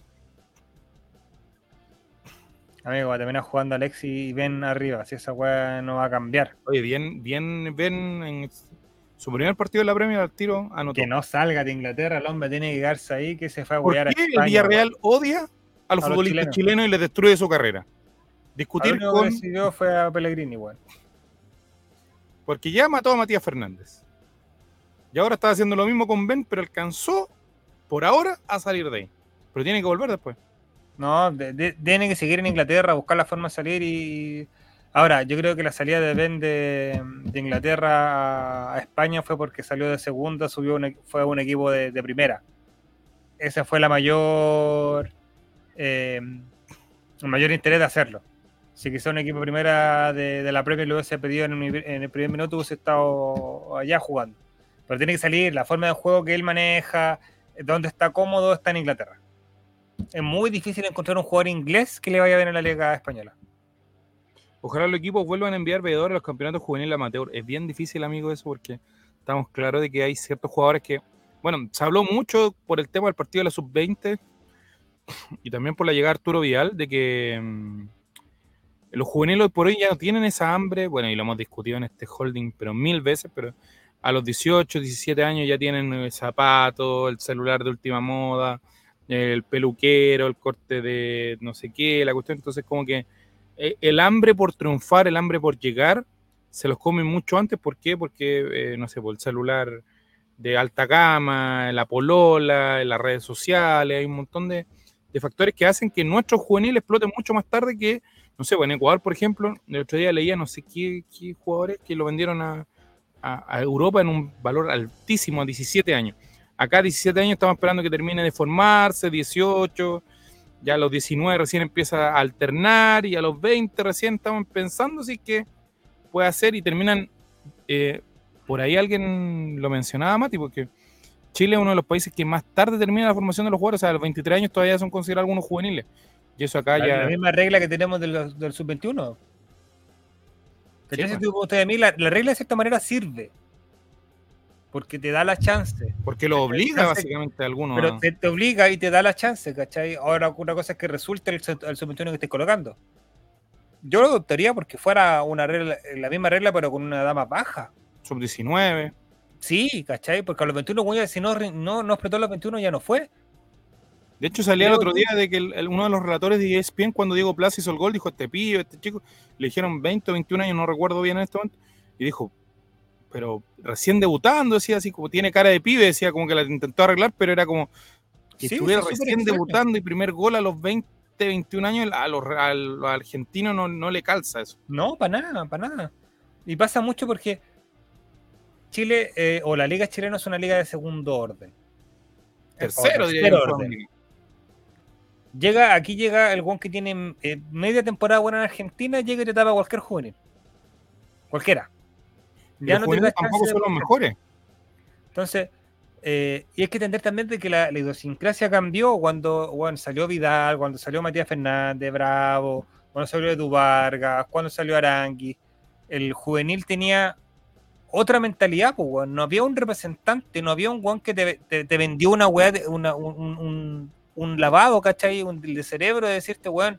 Amigo, va a terminar jugando Alexis y Ben arriba, si esa weá no va a cambiar. Oye, bien Ben en su primer partido de la Premier al tiro anotó. Que no salga de Inglaterra, el hombre tiene que quedarse ahí, que se fue a huear a España. ¿Por qué España, el Villarreal odia a los futbolistas chilenos y les destruye su carrera? Discutir con... que decidió fue a Pellegrini, bueno. Porque ya mató a Matías Fernández. Y ahora está haciendo lo mismo con Ben, pero alcanzó por ahora a salir de ahí. Pero tiene que volver después. No, tiene que seguir en Inglaterra, buscar la forma de salir y... Ahora, yo creo que la salida de Ben de Inglaterra a España fue porque salió de segunda, fue a un equipo de primera. Ese fue el mayor interés de hacerlo. Si quizá un equipo primera de la Premier lo hubiese pedido en el primer minuto, hubiese estado allá jugando. Pero tiene que salir, la forma de juego que él maneja, donde está cómodo, está en Inglaterra. Es muy difícil encontrar un jugador inglés que le vaya bien en la Liga Española. Ojalá los equipos vuelvan a enviar veedores a los campeonatos juveniles amateur. Es bien difícil, amigo, eso, porque estamos claros de que hay ciertos jugadores que... Bueno, se habló mucho por el tema del partido de la Sub-20 y también por la llegada de Arturo Vidal, de que los juveniles por hoy ya no tienen esa hambre. Bueno, y lo hemos discutido en este holding, pero 1000 veces, pero a los 18, 17 años ya tienen el zapato, el celular de última moda, el peluquero, el corte de no sé qué, la cuestión. Entonces, como que el hambre por triunfar, el hambre por llegar, se los comen mucho antes. ¿Por qué? Porque, no sé, por el celular de alta gama, la polola, en las redes sociales, hay un montón de factores que hacen que nuestros juveniles exploten mucho más tarde que, no sé, en Ecuador, por ejemplo, el otro día leía no sé qué jugadores que lo vendieron a Europa en un valor altísimo a 17 años. Acá a 17 años estamos esperando que termine de formarse, 18, ya a los 19 recién empieza a alternar y a los 20 recién estamos pensando si que puede hacer y terminan por ahí alguien lo mencionaba, Mati, porque Chile es uno de los países que más tarde termina la formación de los jugadores, o sea, a los 23 años todavía son considerados algunos juveniles. Y eso acá La ya... misma regla que tenemos del sub-21. Sí, pues. A mí la regla de cierta manera sirve. Porque te da la chance. Porque lo obliga básicamente a algunos. Pero te obliga y te da la chance, ¿cachai? Ahora, una cosa es que resulte el sub-21 que estés colocando. Yo lo adoptaría porque fuera una regla, la misma regla, pero con una edad más baja. Sub-19. Sí, ¿cachai? Porque a los 21, si no explotó a los 21, ya no fue. De hecho, salía el otro día de que uno de los relatores de ESPN, cuando Diego Plaza hizo el gol, dijo: este pillo, este chico, le dijeron 20 o 21 años, no recuerdo bien en este momento, y dijo, pero recién debutando, decía así, como tiene cara de pibe, decía como que la intentó arreglar, pero era como que estuviera recién debutando y primer gol a los 20, 21 años, a los argentinos no le calza eso. No, para nada, para nada. Y pasa mucho porque Chile, o la liga chilena, es una liga de segundo orden. Tercero orden. Aquí llega el guan que tiene media temporada buena en Argentina, llega y te tapa cualquier juvenil. Cualquiera. Ya no te da tampoco son los mejores. Entonces, y hay que entender también de que la idiosincrasia cambió cuando salió Vidal, cuando salió Matías Fernández, Bravo, cuando salió Edu Vargas, cuando salió Arangui. El juvenil tenía otra mentalidad, pues, no había un representante, no había un guan que te vendió una weá, un lavado, ¿cachai? De cerebro, de decirte, weón,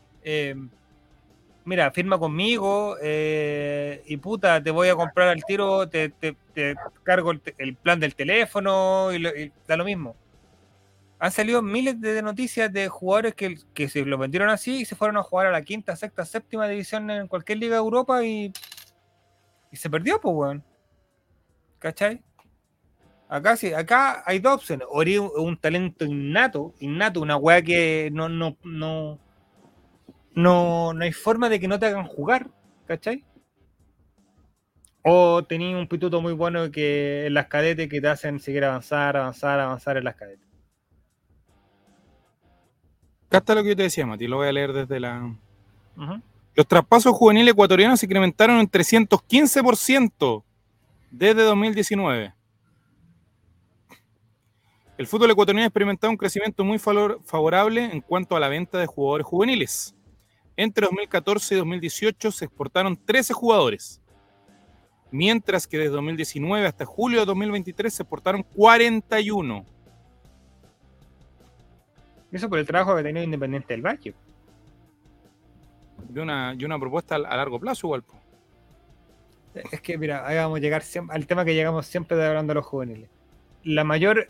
mira, firma conmigo y puta, te voy a comprar al tiro, te cargo el plan del teléfono y da lo mismo. Han salido miles de noticias de jugadores que se lo vendieron así y se fueron a jugar a la quinta, sexta, séptima división en cualquier liga de Europa y se perdió, pues, weón. ¿Cachai? Acá hay dos opciones. O eres un talento innato, una weá que no hay forma de que no te hagan jugar, ¿cachai? O tenías un pituto muy bueno que en las cadetes que te hacen seguir avanzar en las cadetes. Acá está lo que yo te decía, Mati, lo voy a leer desde la... Los traspasos juveniles ecuatorianos se incrementaron en 315% desde 2019. El fútbol ecuatoriano ha experimentado un crecimiento muy favorable en cuanto a la venta de jugadores juveniles. Entre 2014 y 2018 se exportaron 13 jugadores, mientras que desde 2019 hasta julio de 2023 se exportaron 41. Eso por el trabajo que ha tenido Independiente del Valle. Y una propuesta a largo plazo igual. Es que, mira, ahí vamos a llegar al tema que llegamos siempre de hablando de los juveniles. El mayor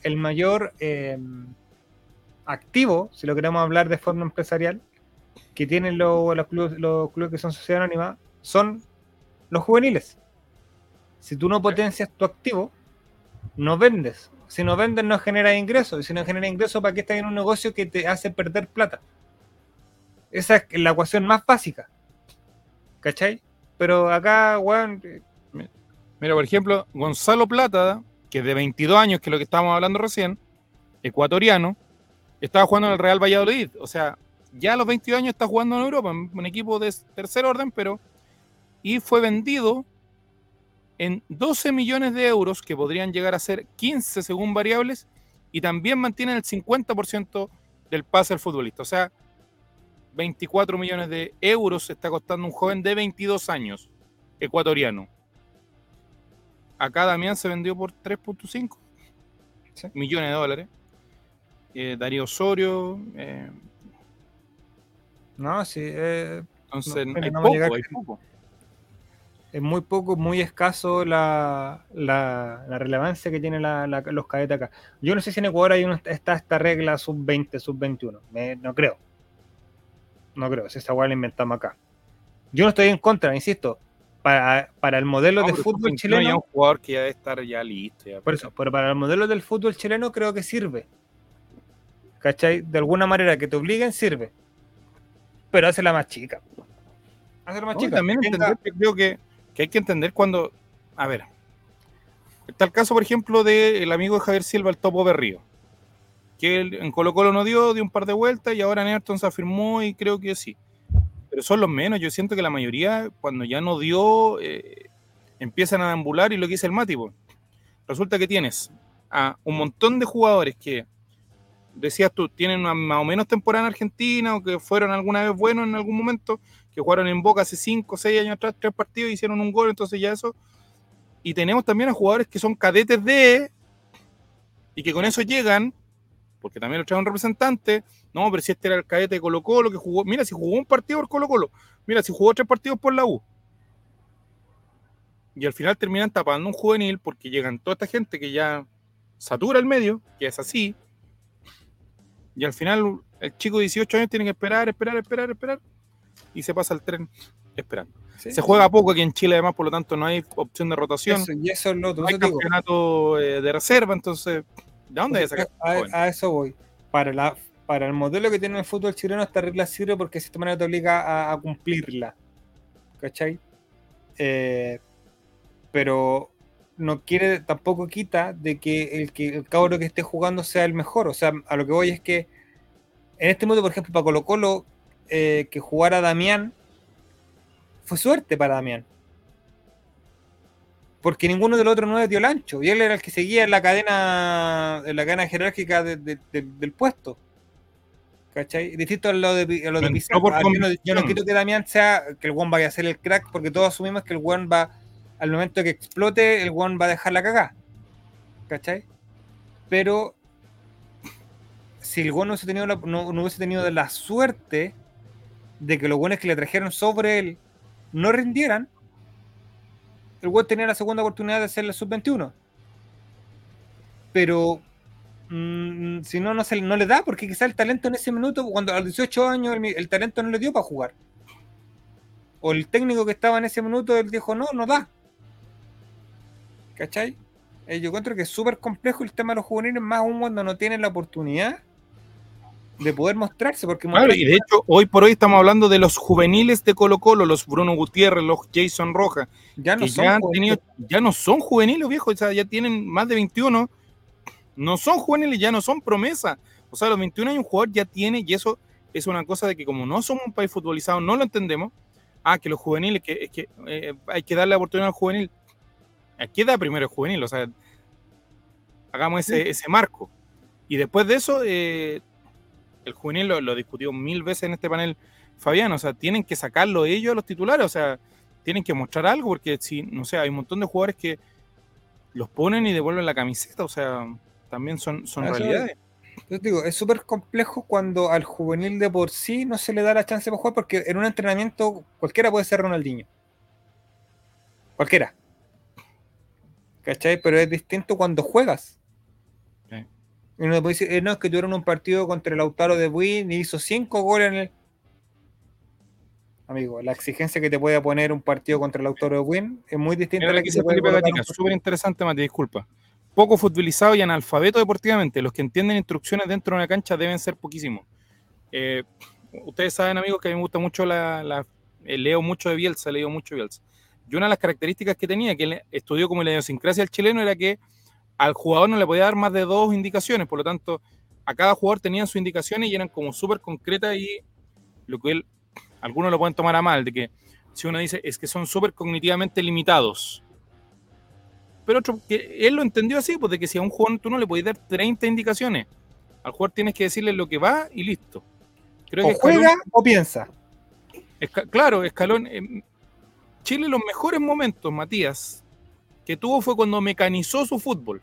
activo, si lo queremos hablar de forma empresarial, que tienen los clubes que son sociedad anónima, son los juveniles. Si tú no potencias tu activo, no vendes. Si no vendes, no generas ingresos. Y si no generas ingresos, ¿para qué estás en un negocio que te hace perder plata? Esa es la ecuación más básica. ¿Cachai? Pero acá, weón... Mira, por ejemplo, Gonzalo Plata, que es de 22 años, que es lo que estábamos hablando recién, ecuatoriano, estaba jugando en el Real Valladolid. O sea, ya a los 22 años está jugando en Europa, en un equipo de tercer orden, pero... Y fue vendido en 12 millones de euros, que podrían llegar a ser 15 según variables, y también mantienen el 50% del pase al futbolista. O sea, 24 millones de euros está costando un joven de 22 años, ecuatoriano. Acá Damián se vendió por 3.5 millones de dólares. Darío Osorio. No, sí. Entonces, hay poco. Es muy poco, muy escaso la relevancia que tienen los cadetes acá. Yo no sé si en Ecuador está esta regla sub-20, sub-21. No creo. No creo, si esa hueá la inventamos acá. Yo no estoy en contra, insisto. Para el modelo de fútbol chileno. Hay un jugador que ya debe estar ya listo. Ya, por eso, pero para el modelo del fútbol chileno creo que sirve. ¿Cachai? De alguna manera que te obliguen, sirve. Pero hazla más chica. Hazla más chica. También creo que hay que entender cuando. A ver. Está el caso, por ejemplo, del amigo de Javier Silva, el Topo Berrío. Que él en Colo-Colo no dio un par de vueltas y ahora en Everton se afirmó y creo que sí. Pero son los menos. Yo siento que la mayoría, cuando ya no dio, empiezan a deambular y lo que dice el Mati, pues, resulta que tienes a un montón de jugadores que, decías tú, tienen una más o menos temporada en Argentina o que fueron alguna vez buenos en algún momento, que jugaron en Boca hace 5 o 6 años atrás, 3 partidos, hicieron un gol, entonces ya eso. Y tenemos también a jugadores que son cadetes de, y que con eso llegan, porque también lo trae un representante, no, pero si este era el cadete de Colo-Colo, que jugó, mira, si jugó un partido por Colo-Colo, mira, si jugó 3 partidos por la U. Y al final terminan tapando un juvenil porque llegan toda esta gente que ya satura el medio, que es así, y al final el chico de 18 años tiene que esperar, y se pasa el tren esperando. ¿Sí? Se juega poco aquí en Chile, además, por lo tanto no hay opción de rotación. Y eso es lo otro. No hay campeonato de reserva, entonces, ¿de dónde hay sacar? A eso voy. Para el modelo que tiene el fútbol chileno, esta regla sirve porque de esta manera te obliga a cumplirla. ¿Cachai? Pero no quiere, tampoco quita de que el cabro que esté jugando sea el mejor. O sea, a lo que voy es que en este mundo, por ejemplo, para Colo-Colo, que jugara Damián, fue suerte para Damián. Porque ninguno de los otros 9 dio el ancho. Y él era el que seguía en la cadena jerárquica del puesto. ¿Cachai? Distinto a lo de Pizarro. Yo no quiero que Damián sea, que el Juan vaya a ser el crack, porque todos asumimos que el Juan va, al momento que explote, el Juan va a dejar la cagada. ¿Cachai? Pero si el Juan no hubiese tenido la suerte de que los buenos que le trajeron sobre él no rindieran, el Juan tenía la segunda oportunidad de hacer la sub-21. Pero si no, no le da, porque quizá el talento en ese minuto, cuando a los 18 años el talento no le dio para jugar. O el técnico que estaba en ese minuto, él dijo, no da. ¿Cachai? Yo encuentro que es súper complejo el tema de los juveniles, más aún cuando no tienen la oportunidad de poder mostrarse. Porque claro, y de hecho, hoy por hoy estamos hablando de los juveniles de Colo-Colo, los Bruno Gutiérrez, los Jason Rojas, ya no son juveniles, viejos, o sea, ya tienen más de 21, no son juveniles, ya no son promesa. O sea, a los 21 años un jugador ya tiene, y eso es una cosa de que como no somos un país futbolizado, no lo entendemos. Que los juveniles, hay que darle la oportunidad al juvenil. ¿A qué edad primero el juvenil? O sea, hagamos ese marco. Y después de eso, el juvenil lo discutió 1000 veces en este panel Fabián, o sea, tienen que sacarlo ellos a los titulares, o sea, tienen que mostrar algo, porque si, no sé, hay un montón de jugadores que los ponen y devuelven la camiseta, o sea, también son realidades. Yo digo, es súper complejo cuando al juvenil de por sí no se le da la chance de jugar, porque en un entrenamiento cualquiera puede ser Ronaldinho. Cualquiera. ¿Cachai? Pero es distinto cuando juegas. Sí. Y uno puede decir, no, es que tuvieron un partido contra el Lautaro de Buin y hizo 5 goles en el... Amigo, la exigencia que te puede poner un partido contra el Lautaro de Buin es muy distinta a la que se puede Gatica. Súper interesante, Mati, disculpa. Poco futbolizado y analfabeto deportivamente. Los que entienden instrucciones dentro de una cancha deben ser poquísimos. Ustedes saben, amigos, que a mí me gusta mucho leo mucho de Bielsa, he leído mucho de Bielsa. Y una de las características que tenía, que él estudió como la idiosincrasia del chileno, era que al jugador no le podía dar más de 2 indicaciones, por lo tanto, a cada jugador tenían sus indicaciones y eran como súper concretas, y lo que algunos lo pueden tomar a mal, de que si uno dice es que son súper cognitivamente limitados, pero otro, que él lo entendió así, pues de que si a un jugador tú no le podés dar 30 indicaciones, al jugador tienes que decirle lo que va y listo. Creo que juega o piensa. Claro, Escalón... Chile, los mejores momentos, Matías, que tuvo fue cuando mecanizó su fútbol.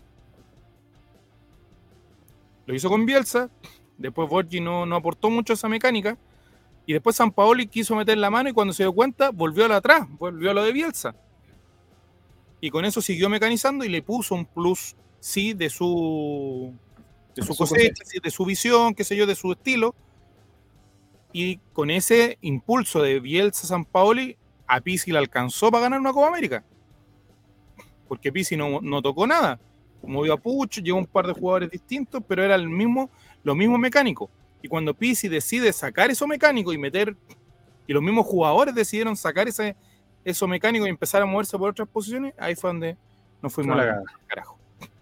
Lo hizo con Bielsa, después Borgi no aportó mucho a esa mecánica, y después Sampaoli quiso meter la mano y cuando se dio cuenta volvió a lo atrás, volvió a lo de Bielsa. Y con eso siguió mecanizando y le puso un plus, sí, de su cosecha, sí, de su visión, qué sé yo, de su estilo. Y con ese impulso de Bielsa, Sampaoli, a Pizzi le alcanzó para ganar una Copa América. Porque Pizzi no tocó nada. Movió a Pucho, llevó un par de jugadores distintos, pero era lo mismo mecánico. Y cuando Pizzi decide sacar eso mecánico y los mismos jugadores decidieron sacar eso mecánico y empezar a moverse por otras posiciones, ahí fue donde nos fuimos a la carajo.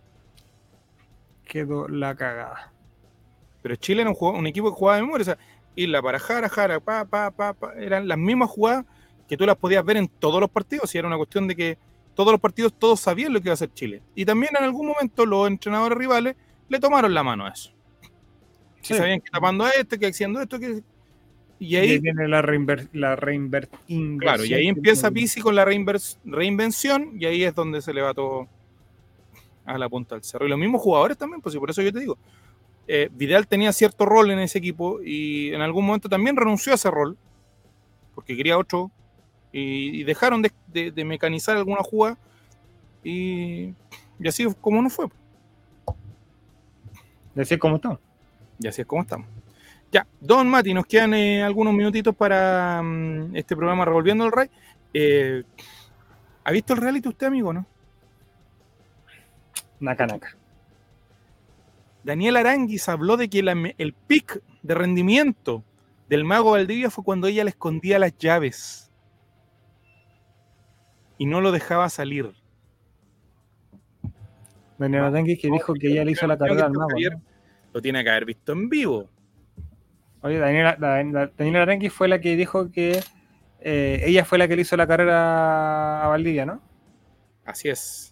Quedó la cagada. Pero Chile era un equipo que jugaba de memoria, o sea, irla para Jara, eran las mismas jugadas que tú las podías ver en todos los partidos, y era una cuestión de que todos los partidos, todos sabían lo que iba a hacer Chile. Y también en algún momento los entrenadores rivales le tomaron la mano a eso. Sí. Sabían que tapando a este, que haciendo esto, que... Y ahí viene la reinversión. Claro, y ahí empieza Pizzi con la reinvención, y ahí es donde se le va todo a la punta del cerro. Y los mismos jugadores también, pues, y por eso yo te digo, Vidal tenía cierto rol en ese equipo, y en algún momento también renunció a ese rol, porque quería otro, y dejaron de mecanizar alguna jugada, y así es como no fue. Y así es como estamos. Y así es como estamos. Ya, Don Mati, nos quedan algunos minutitos para este programa Revolviendo el Ray. ¿Ha visto el reality usted, amigo, no? Naca. Daniel Aránguiz habló de que el pic de rendimiento del Mago Valdivia fue cuando ella le escondía las llaves y no lo dejaba salir. Daniel Aránguiz que dijo que ella le hizo la carrera al Mago, Javier, ¿no? Lo tiene que haber visto en vivo. Oye, Daniela Aránguiz fue la que dijo que ella fue la que le hizo la carrera a Valdivia, ¿no? Así es.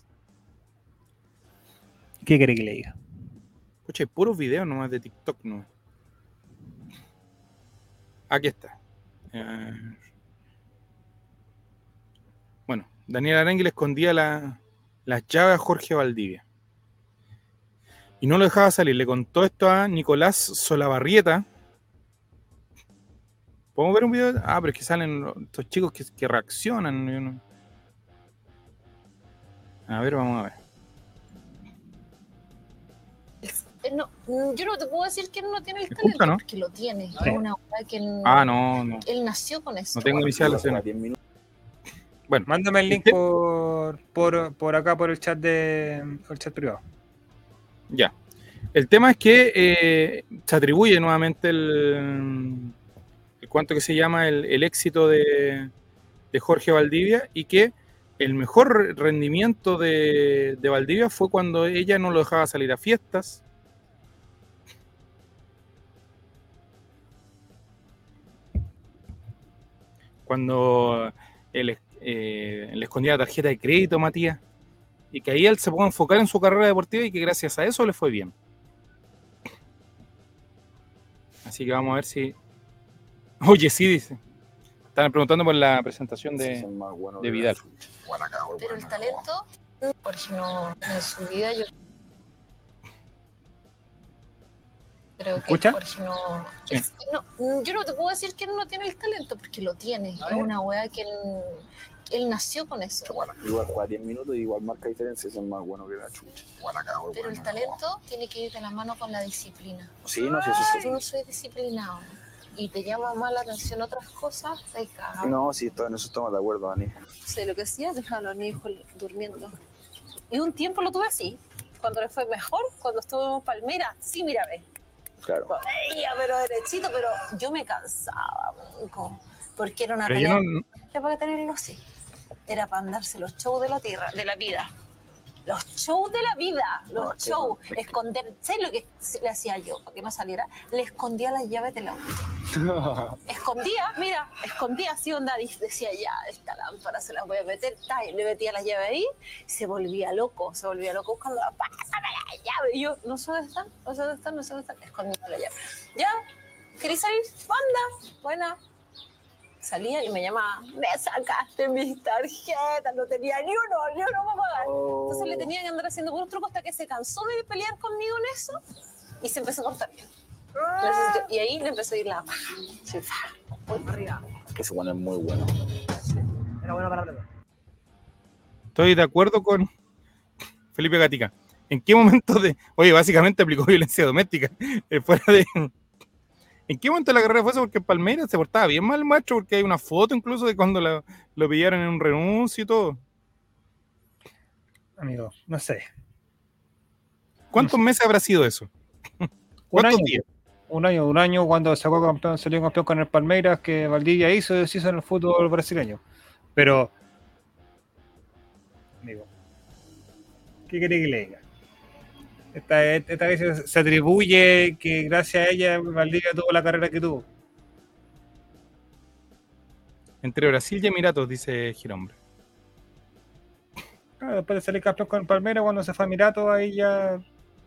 ¿Qué quiere que le diga? Escucha, hay puros videos nomás de TikTok, ¿no? Aquí está. Bueno, Daniel Aránguiz le escondía las llaves a Jorge Valdivia. Y no lo dejaba salir. Le contó esto a Nicolás Solabarrieta. ¿Podemos ver un video? Pero es que salen estos chicos que reaccionan. A ver, vamos a ver. No, yo no te puedo decir que él no tiene el talento, ¿no? Porque lo tiene. Sí. Es una hora que él, no. Él nació con eso. No tengo inicial la escena. Bueno, mándame el link por acá, por el chat privado. Ya. El tema es que se atribuye nuevamente el cuánto que se llama el éxito de Jorge Valdivia, y que el mejor rendimiento de Valdivia fue cuando ella no lo dejaba salir a fiestas. Cuando él le escondía la tarjeta de crédito, Matías, y que ahí él se pudo enfocar en su carrera deportiva y que gracias a eso le fue bien. Así que vamos a ver si... Oye, sí, dice. Estaban preguntando por la presentación de Vidal. Pero el talento, porque no, en su vida yo creo que ¿Escucha? Jorge no, Sí. yo no te puedo decir que él no tiene el talento, porque lo tiene. Es una wea que él nació con eso. Igual juega 10 minutos y igual marca diferencia, es más bueno que la chucha. Pero el talento tiene que ir de la mano con la disciplina. Sí, no sé Si si tú no soy disciplinado y te llama más la atención otras cosas, te cagas. no, sí, en eso estamos de acuerdo, Dani. Sé lo que hacía, dejar a los niños durmiendo. Y un tiempo lo tuve así. Cuando le fue mejor, cuando estuve en Palmera, sí, mira, ve. Claro. Pero derechito, pero yo me cansaba, porque era una Pero pelea. yo Era para tenerlo así. Era para andarse los shows de la tierra, de la vida. Los shows de la vida, los shows. Esconder, ¿sabes lo que le hacía yo para que no saliera? Le escondía las llaves del auto. Escondía así, onda, decía, ya, esta lámpara se la voy a meter, y le metía las llaves ahí, y se volvía loco buscando, pásame la llave. Y yo, no sé dónde están, escondiendo la llave. ¿Ya? ¿Querés salir? Anda, buena. Salía y me llamaba, me sacaste mis tarjetas, no tenía ni uno para pagar. Entonces le tenía que andar haciendo puros trucos hasta que se cansó de pelear conmigo en eso y se empezó a cortar bien. Entonces, y ahí le empezó a ir la paja. Sí, voy para arriba. Que se pone muy bueno. Era bueno para aprender. estoy de acuerdo con Felipe Gatica. ¿En qué momento Oye, básicamente aplicó violencia doméstica. Fuera de... ¿En qué momento de la carrera fue eso? Porque en Palmeiras se portaba bien mal el macho, porque hay una foto incluso de cuando lo pillaron en un renuncio y todo. Amigo, no sé. ¿Cuántos meses habrá sido eso? ¿Cuántos días? Un año cuando salió campeón con el Palmeiras, que Valdivia deshizo en el fútbol brasileño. Pero, amigo, ¿qué quiere que le diga? Esta vez se atribuye que gracias a ella Valdivia tuvo la carrera que tuvo. Entre Brasil y Emiratos, dice Girombre. después de salir campeón con Palmeiras, cuando se fue a Emiratos, ahí ya...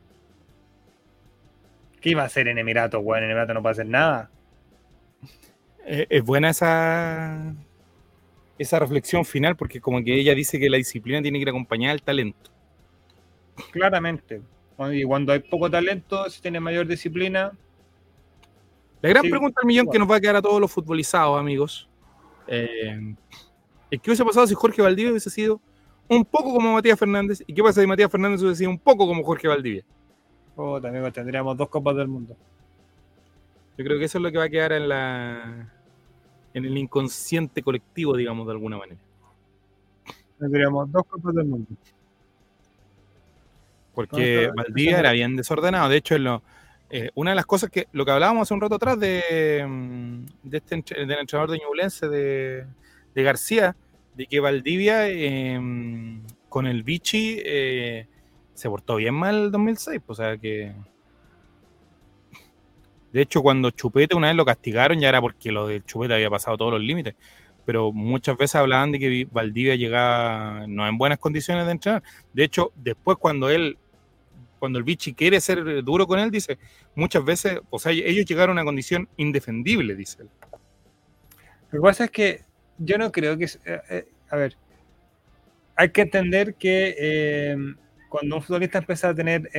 ¿Qué iba a hacer en Emiratos, weón? En Emiratos no puede hacer nada. Es buena esa reflexión final, porque como que ella dice que la disciplina tiene que ir acompañada al talento. Claramente. Y cuando hay poco talento, se tiene mayor disciplina. La gran Sí, pregunta del millón igual. que nos va a quedar a todos los futbolizados, amigos. ¿Qué hubiese pasado si Jorge Valdivia hubiese sido un poco como Matías Fernández? ¿Y qué pasa si Matías Fernández hubiese sido un poco como Jorge Valdivia? También tendríamos 2 copas del mundo. Yo creo que eso es lo que va a quedar en el inconsciente colectivo, digamos, de alguna manera. Tendríamos 2 copas del mundo. Porque No, Valdivia era bien desordenado. De hecho, una de las cosas lo que hablábamos hace un rato atrás del entrenador de Ñublense, de García, de que Valdivia con el Vichy se portó bien mal el 2006. O sea que... De hecho, cuando Chupete una vez lo castigaron, ya era porque lo del Chupete había pasado todos los límites. Pero muchas veces hablaban de que Valdivia llegaba no en buenas condiciones de entrenar. De hecho, después cuando el Vichy quiere ser duro con él, dice, muchas veces, o sea, ellos llegaron a una condición indefendible, dice él. Lo que pasa es que yo no creo que... a ver, hay que entender que cuando un futbolista empieza a tener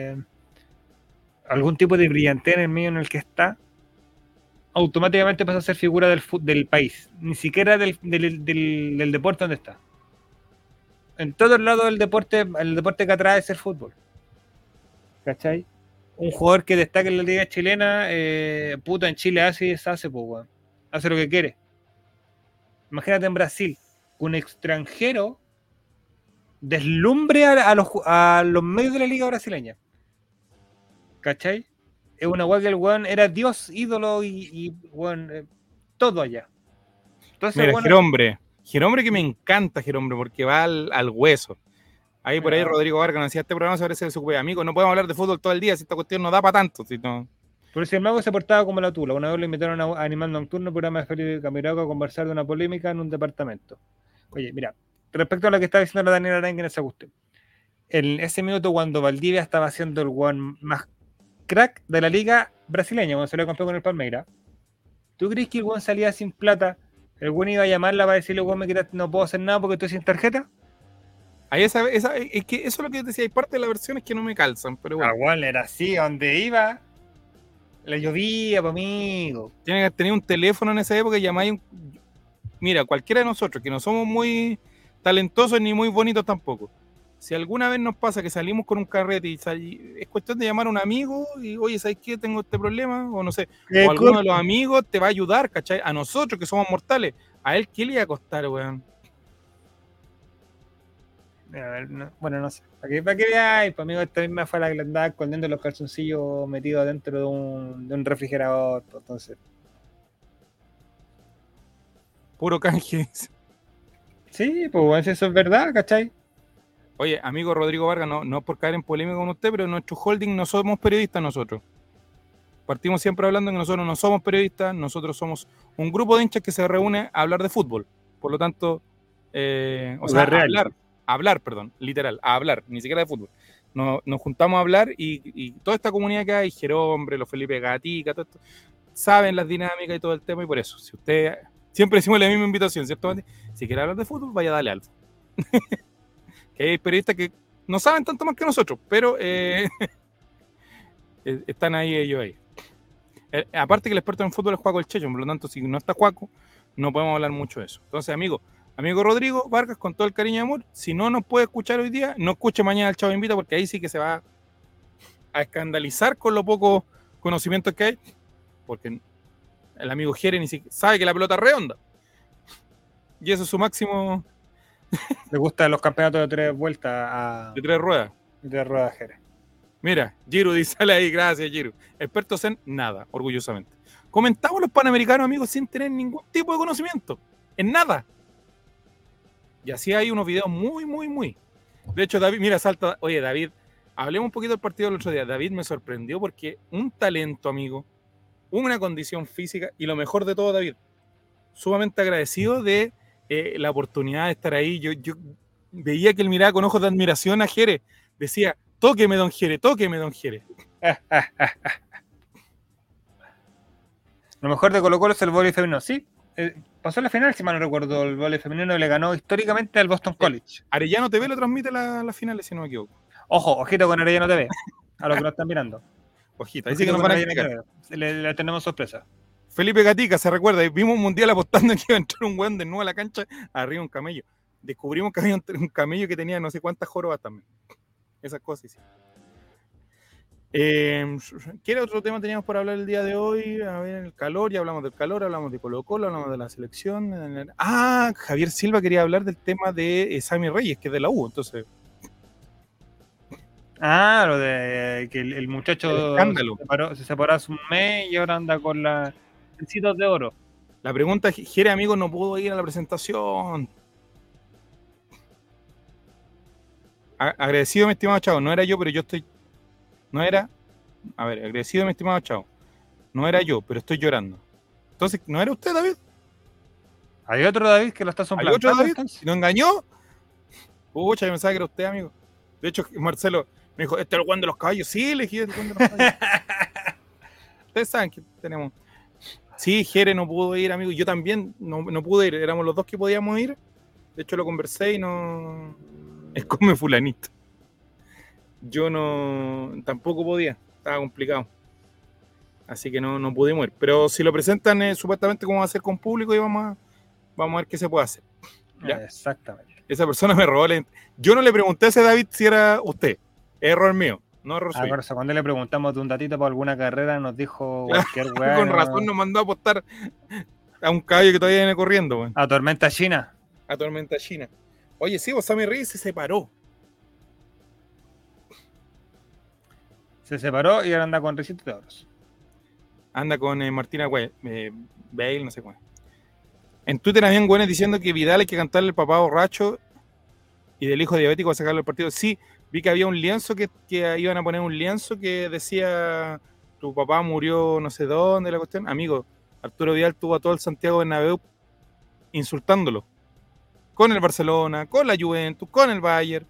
algún tipo de brillantez en el medio en el que está, automáticamente pasa a ser figura del país, ni siquiera del deporte donde está. En todos lados el deporte que atrae es el fútbol. ¿Cachai? Un jugador que destaca en la liga chilena, en Chile hace y deshace, pues, weón. Hace lo que quiere. Imagínate en Brasil, un extranjero deslumbre a los medios de la liga brasileña. ¿Cachai? Es una weá que el weón era Dios, ídolo y weón, todo allá. Entonces, mira, bueno, Jerombre que me encanta, Jerombre, porque va al hueso. Ahí por ahí Rodrigo Vargas nos decía, este programa se parece a su wea. Amigo, no podemos hablar de fútbol todo el día, si esta cuestión no da para tanto. Si no... Pero si el mago se portaba como la tula, una vez lo invitaron a Animal Nocturno, programa de Felipe Camiroaga, a conversar de una polémica en un departamento. Oye, mira, respecto a lo que estaba diciendo la Daniela Arangue en esa cuestión. En ese minuto cuando Valdivia estaba haciendo el one más crack de la liga brasileña, cuando salió campeón con el Palmeiras, ¿tú crees que el one salía sin plata? ¿El one iba a llamarla para decirle, weón, me quitaste, no puedo hacer nada porque estoy sin tarjeta? Ahí es que eso es lo que decía, hay parte de las versiones que no me calzan, pero bueno. One era así, donde iba, le llovía, pues, amigo. Tiene que tener un teléfono en esa época y llamáis Mira, cualquiera de nosotros, que no somos muy talentosos ni muy bonitos tampoco, si alguna vez nos pasa que salimos con un carrete y es cuestión de llamar a un amigo y, oye, ¿sabes qué? Tengo este problema, o no sé, o alguno de los amigos te va a ayudar, ¿cachai? A nosotros que somos mortales, ¿a él qué le iba a costar, weón? Bueno, no sé. ¿Para qué veáis? Pues, amigo, esta misma fue la que le andaba escondiendo los calzoncillos metidos dentro de un refrigerador. Pues, entonces. Puro canje. Sí, pues eso es verdad, ¿cachai? Oye, amigo Rodrigo Vargas, no por caer en polémica con usted, pero en nuestro holding no somos periodistas nosotros. Partimos siempre hablando que nosotros no somos periodistas, nosotros somos un grupo de hinchas que se reúne a hablar de fútbol. Por lo tanto, hablar, literal, a hablar, ni siquiera de fútbol. Nos juntamos a hablar y toda esta comunidad que hay, Jerombre, los Felipe Gatica, todo esto, saben las dinámicas y todo el tema, y por eso, si usted, siempre decimos la misma invitación, ¿cierto? Si quiere hablar de fútbol, vaya a darle algo. Que hay periodistas que no saben tanto más que nosotros, pero están ahí ellos ahí. Aparte que el experto en fútbol es Juaco el Checho, por lo tanto, si no está Juaco, no podemos hablar mucho de eso. Entonces, amigo Rodrigo Vargas, con todo el cariño y amor, si no nos puede escuchar hoy día, no escuche mañana al Chavo Invita, porque ahí sí que se va a escandalizar con lo poco conocimiento que hay, porque el amigo Jere ni siquiera sabe que la pelota es redonda. Y eso es su máximo. Le gustan los campeonatos de 3 vueltas de 3 ruedas. De 3 ruedas, Jere. Mira, Giru dice, sale ahí, gracias, Giru. Expertos en nada, orgullosamente. Comentamos los panamericanos, amigos, sin tener ningún tipo de conocimiento. En nada. Y así hay unos videos muy. De hecho, David, mira, salta. Oye, David, hablemos un poquito del partido del otro día. David me sorprendió porque un talento, amigo, una condición física y lo mejor de todo, David, sumamente agradecido de la oportunidad de estar ahí. Yo Veía que él miraba con ojos de admiración a Jere. Decía, tóqueme, don Jere, tóqueme, don Jere. Lo mejor de Colo Colo es el vóley femenino. Sí, pasó la final, si mal no recuerdo. El vóley femenino le ganó históricamente al Boston College. Arellano TV lo transmite las finales, si no me equivoco. Ojo, ojito con Arellano TV. A los que nos están mirando. Ojita, ahí sí que nos van a explicar. Le tenemos sorpresa. Felipe Gatica se recuerda, vimos un mundial apostando que iba a entrar un weón de nuevo a la cancha arriba de un camello. Descubrimos que había un camello que tenía no sé cuántas jorobas también. Esas cosas, sí. ¿Qué otro tema teníamos por hablar el día de hoy? A ver, el calor, ya hablamos del calor, hablamos de Colo Colo, hablamos de la selección. Javier Silva quería hablar del tema de Sammy Reyes, que es de la U, entonces. Lo de que el muchacho se separó hace un mes y ahora anda con las trencitos de oro. La pregunta es, Jere, amigo, no pudo ir a la presentación. Agradecido, mi estimado Chavo, no era yo, pero yo estoy... No era... A ver, agradecido, mi estimado Chavo. No era yo, pero estoy llorando. Entonces, ¿no era usted, David? Hay otro David que lo está somplando. ¿Hay otro David? ¿No engañó? Pucha, yo pensaba que era usted, amigo. De hecho, Marcelo me dijo, ¿este es el Juan de los Caballos? Sí, le dije, el Juan de los Caballos. Ustedes saben que tenemos... Sí, Jere no pudo ir, amigo. Yo también no pude ir. Éramos los dos que podíamos ir. De hecho, lo conversé y no... Es come fulanito. Yo tampoco podía. Estaba complicado. Así que no pudimos ir. Pero si lo presentan supuestamente como va a ser con público y vamos a ver qué se puede hacer. ¿Ya? Exactamente. Esa persona me robó Yo no le pregunté a ese David si era usted. Error mío. No error suyo. Cuando le preguntamos de un datito para alguna carrera nos dijo cualquier weá. Con razón nos mandó a apostar a un caballo que todavía viene corriendo. Bueno. A Tormenta China. Oye, sí, Sammy Reyes se separó. Se separó y ahora anda con Ricitos de Oros. Anda con Martina Bale, no sé cuál. En Twitter habían güeyes diciendo que Vidal hay que cantarle el papá borracho y del hijo diabético a sacarlo del partido. Sí, vi que había un lienzo que iban a poner un lienzo que decía tu papá murió no sé dónde, la cuestión. Amigo, Arturo Vidal tuvo a todo el Santiago Bernabéu insultándolo. Con el Barcelona, con la Juventus, con el Bayern.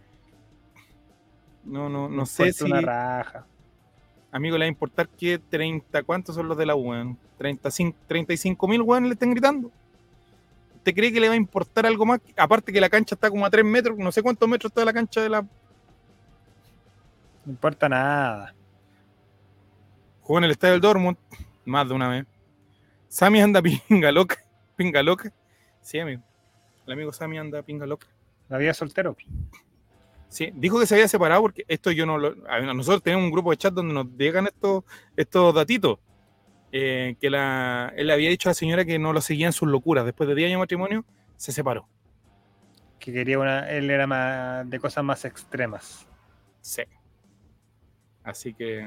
No sé si... Una raja. Amigo, le va a importar que 30, ¿cuántos son los de la U? 35.000 weones le estén gritando. ¿Usted cree que le va a importar algo más? Aparte que la cancha está como a 3 metros, no sé cuántos metros está la cancha de la... No importa nada. Jugó en el estadio del Dortmund, más de una vez. Sammy anda pinga loca. Sí, amigo. El amigo Sammy anda pinga loca. La vida soltero. Sí, dijo que se había separado porque esto yo no lo... Nosotros tenemos un grupo de chat donde nos llegan estos datitos. Que él le había dicho a la señora que no lo seguía en sus locuras. Después de 10 años de matrimonio, se separó. Que quería él era más de cosas más extremas. Sí. Así que...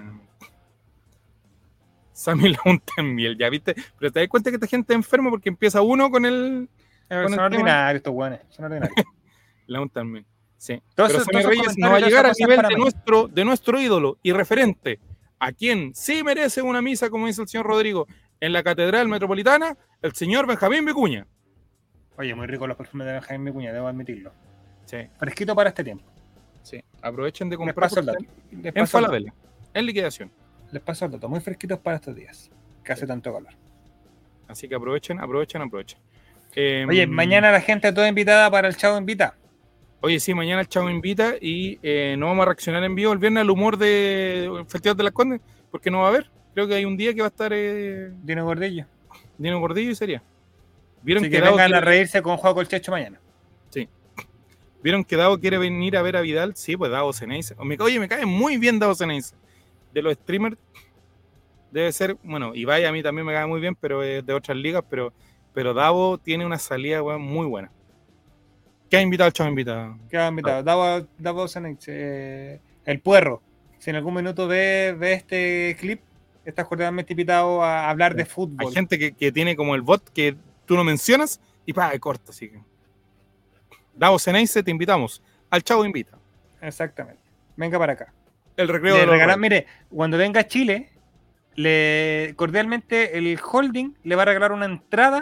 Sammy la unta en miel, ¿ya viste? Pero te das cuenta que esta gente es enferma porque empieza uno con el... Son ordinarios estos guanes, son ordinarios. La unta en miel. Sí. Pero Sammy Reyes no va a llegar al nivel de nuestro ídolo y referente, a quien sí merece una misa, como dice el señor Rodrigo, en la Catedral Metropolitana, el señor Benjamín Vicuña. Oye, muy rico los perfumes de Benjamín Vicuña, debo admitirlo. Sí. Fresquito para este tiempo. Sí. Aprovechen de comprar en Falabella, en liquidación. Les paso el dato, muy fresquitos para estos días, que hace tanto calor. Así que aprovechen. Oye, mañana la gente toda invitada para el Chavo Invita. Oye, sí, mañana el Chavo invita y no vamos a reaccionar en vivo el viernes al humor de Festival de las Condes, porque no va a haber. Creo que hay un día que va a estar Dino Gordillo y sería. ¿Vieron que vengan a reírse con Juan Colchecho mañana? Sí. ¿Vieron que Davo quiere venir a ver a Vidal? Sí, pues Davo Ceneice. Oye, me cae muy bien Davo Ceneice. De los streamers debe ser, bueno, Ibai a mí también me cae muy bien, pero es de otras ligas, pero Davo tiene una salida muy buena. ¿Qué ha invitado el Chavo invitado? ¿Qué ha invitado? Davo Ceneice, el Puerro. Si en algún minuto ve este clip, estás cordialmente invitado a hablar de fútbol. Hay gente que tiene como el bot que tú no mencionas y corta, así que. Davo Ceneice, te invitamos. Al Chavo invita. Exactamente. Venga para acá. El recreo de los mire, cuando venga a Chile, cordialmente el holding le va a regalar una entrada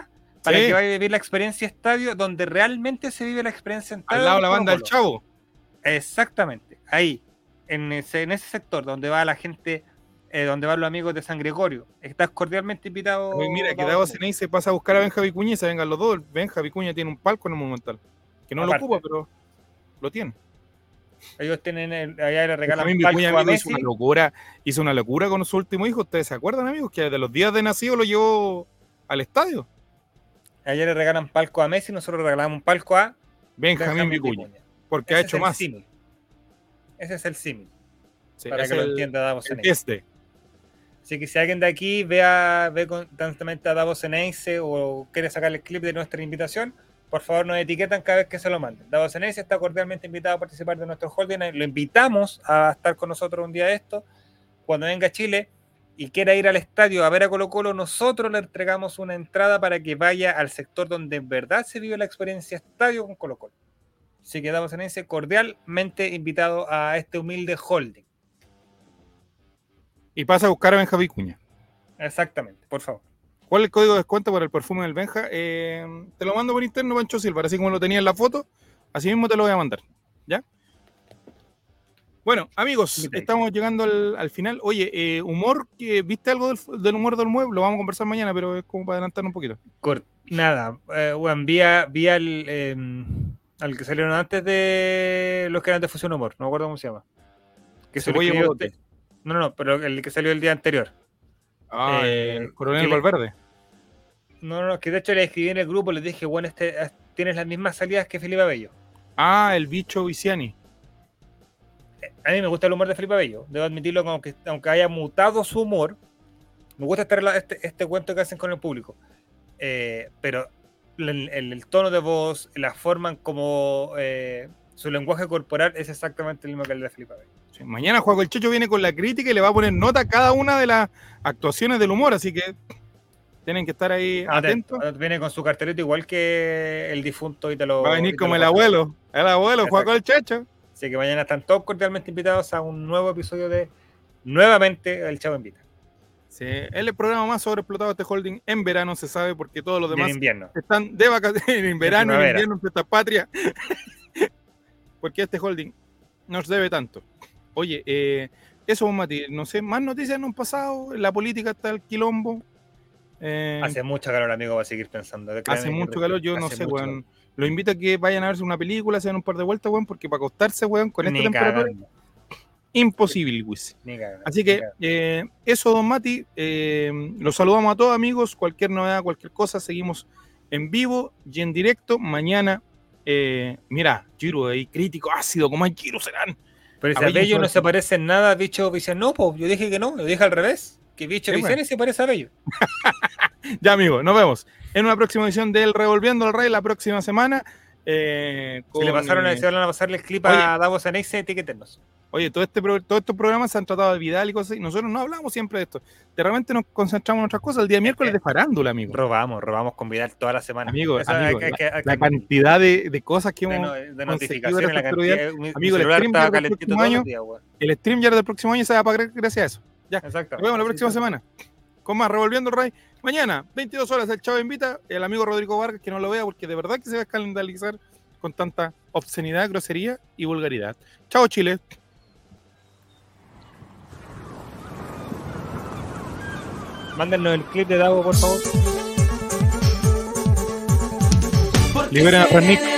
Para Sí. que vaya a vivir la experiencia estadio donde realmente se vive la experiencia estadio. Al lado de la con banda del Colo-Colo. Chavo. Exactamente, ahí, en ese sector donde va la gente, donde van los amigos de San Gregorio. Estás cordialmente invitado. Oye, mira, que Davos Davos Ceneice. Ceneice se pasa a buscar a Benja Vicuña y se vengan los dos. Benja Vicuña tiene un palco en el Monumental. Que no Aparte. lo ocupa, pero lo tiene. Ellos tienen, allá le regalan Benjamín palco Vicuña, a amigo, hizo una locura con su último hijo. ¿Ustedes se acuerdan, amigos? Que de los días de nacido lo llevó al estadio. Allá le regalan palco a Messi, nosotros le regalamos un palco a Benjamín Vicuña. Porque Ese ha es hecho el más. símil. Ese es el símil, Sí, para es que lo el- entienda Davos el Ceneice. Así que si alguien de aquí ve constantemente a Davos Ceneice o quiere sacar el clip de nuestra invitación, por favor nos etiquetan cada vez que se lo manden. Davos Ceneice está cordialmente invitado a participar de nuestro holding. Lo invitamos a estar con nosotros un día de esto. Cuando venga a Chile y quiera ir al estadio a ver a Colo-Colo, nosotros le entregamos una entrada para que vaya al sector donde en verdad se vive la experiencia estadio con Colo-Colo. Así que Davos Ceneice cordialmente invitado a este humilde holding. Y pasa a buscar a Benja Vicuña. Exactamente, por favor. ¿Cuál es el código de descuento para el perfume del Benja? Te lo mando por interno, Pancho Silva, así como lo tenía en la foto, así mismo te lo voy a mandar. ¿Ya? Bueno, amigos, Invita ahí. estamos llegando al final. Oye, humor, ¿viste algo del humor del mueble? Lo vamos a conversar mañana, pero es como para adelantarnos un poquito. Nada, bueno, vi al que salieron antes de los que eran de Fusión Humor, no me acuerdo cómo se llama. Que se lo Cebolla y escribió Bogote. No, pero el que salió el día anterior. El Coronel que le- Valverde. No, que de hecho le escribí en el grupo, les dije, bueno, tienes las mismas salidas que Felipe Abello. El bicho Viciani. A mí me gusta el humor de Felipe Abello, debo admitirlo, aunque haya mutado su humor, me gusta este cuento que hacen con el público. Pero el tono de voz, la forma en como su lenguaje corporal es exactamente el mismo que el de Felipe Abello. Sí, mañana Juaco el Checho viene con la crítica y le va a poner nota a cada una de las actuaciones del humor, así que tienen que estar ahí atentos. Viene con su cartelito igual que el difunto y te lo Va a venir y te como lo el pasa. abuelo, Juaco el Checho. Así que mañana están todos cordialmente invitados a un nuevo episodio de nuevamente El Chavo Invita. Sí, es el programa más sobreexplotado de este holding en verano, se sabe, porque todos los Y en demás invierno. están de vacaciones en verano, en primavera. invierno, en fiesta patria. Porque este holding nos debe tanto. Oye, eso, Mati, no sé, más noticias no han pasado, la política está el quilombo. Hace mucho calor, amigo, va a seguir pensando. Hace mucho calor, yo no sé, weón. Lo invito a que vayan a verse una película, se den un par de vueltas, weón, porque para acostarse, weón, con esta temperatura, imposible, Luis. Así que eso, don Mati, los saludamos a todos, amigos. Cualquier novedad, cualquier cosa, seguimos en vivo y en directo. Mañana, mira, Giro ahí, crítico, ácido, como hay Giro serán. Pero si Abello no se parece en nada a Bicho Viciani. No, pues yo dije que no, lo dije al revés. Que Bicho Viciani se parece a Abello. Ya, amigos, nos vemos en una próxima edición del Revolviendo al Rey la próxima semana. Si le pasaron se van a pasarle el clip a Davos Ceneice, etiquétenos. Oye, todos estos programas se han tratado de Vidal y cosas así. Nosotros no hablamos siempre de esto. De repente nos concentramos en otras cosas. El día miércoles de farándula, amigo. Robamos con Vidal toda la semana. Amigo, la cantidad de cosas que hemos de notificaciones, la cantidad. Amigo, el StreamYard del próximo año se va a pagar gracias a eso. Ya, exacto. Nos vemos la próxima semana. Con más Revolviendo el Rey. Mañana, 22 horas, el Chavo invita. El amigo Rodrigo Vargas, que no lo vea porque de verdad que se va a escandalizar con tanta obscenidad, grosería y vulgaridad. Chao, Chile. Mándenos el clip de Davo, por favor. Liberen a Nick.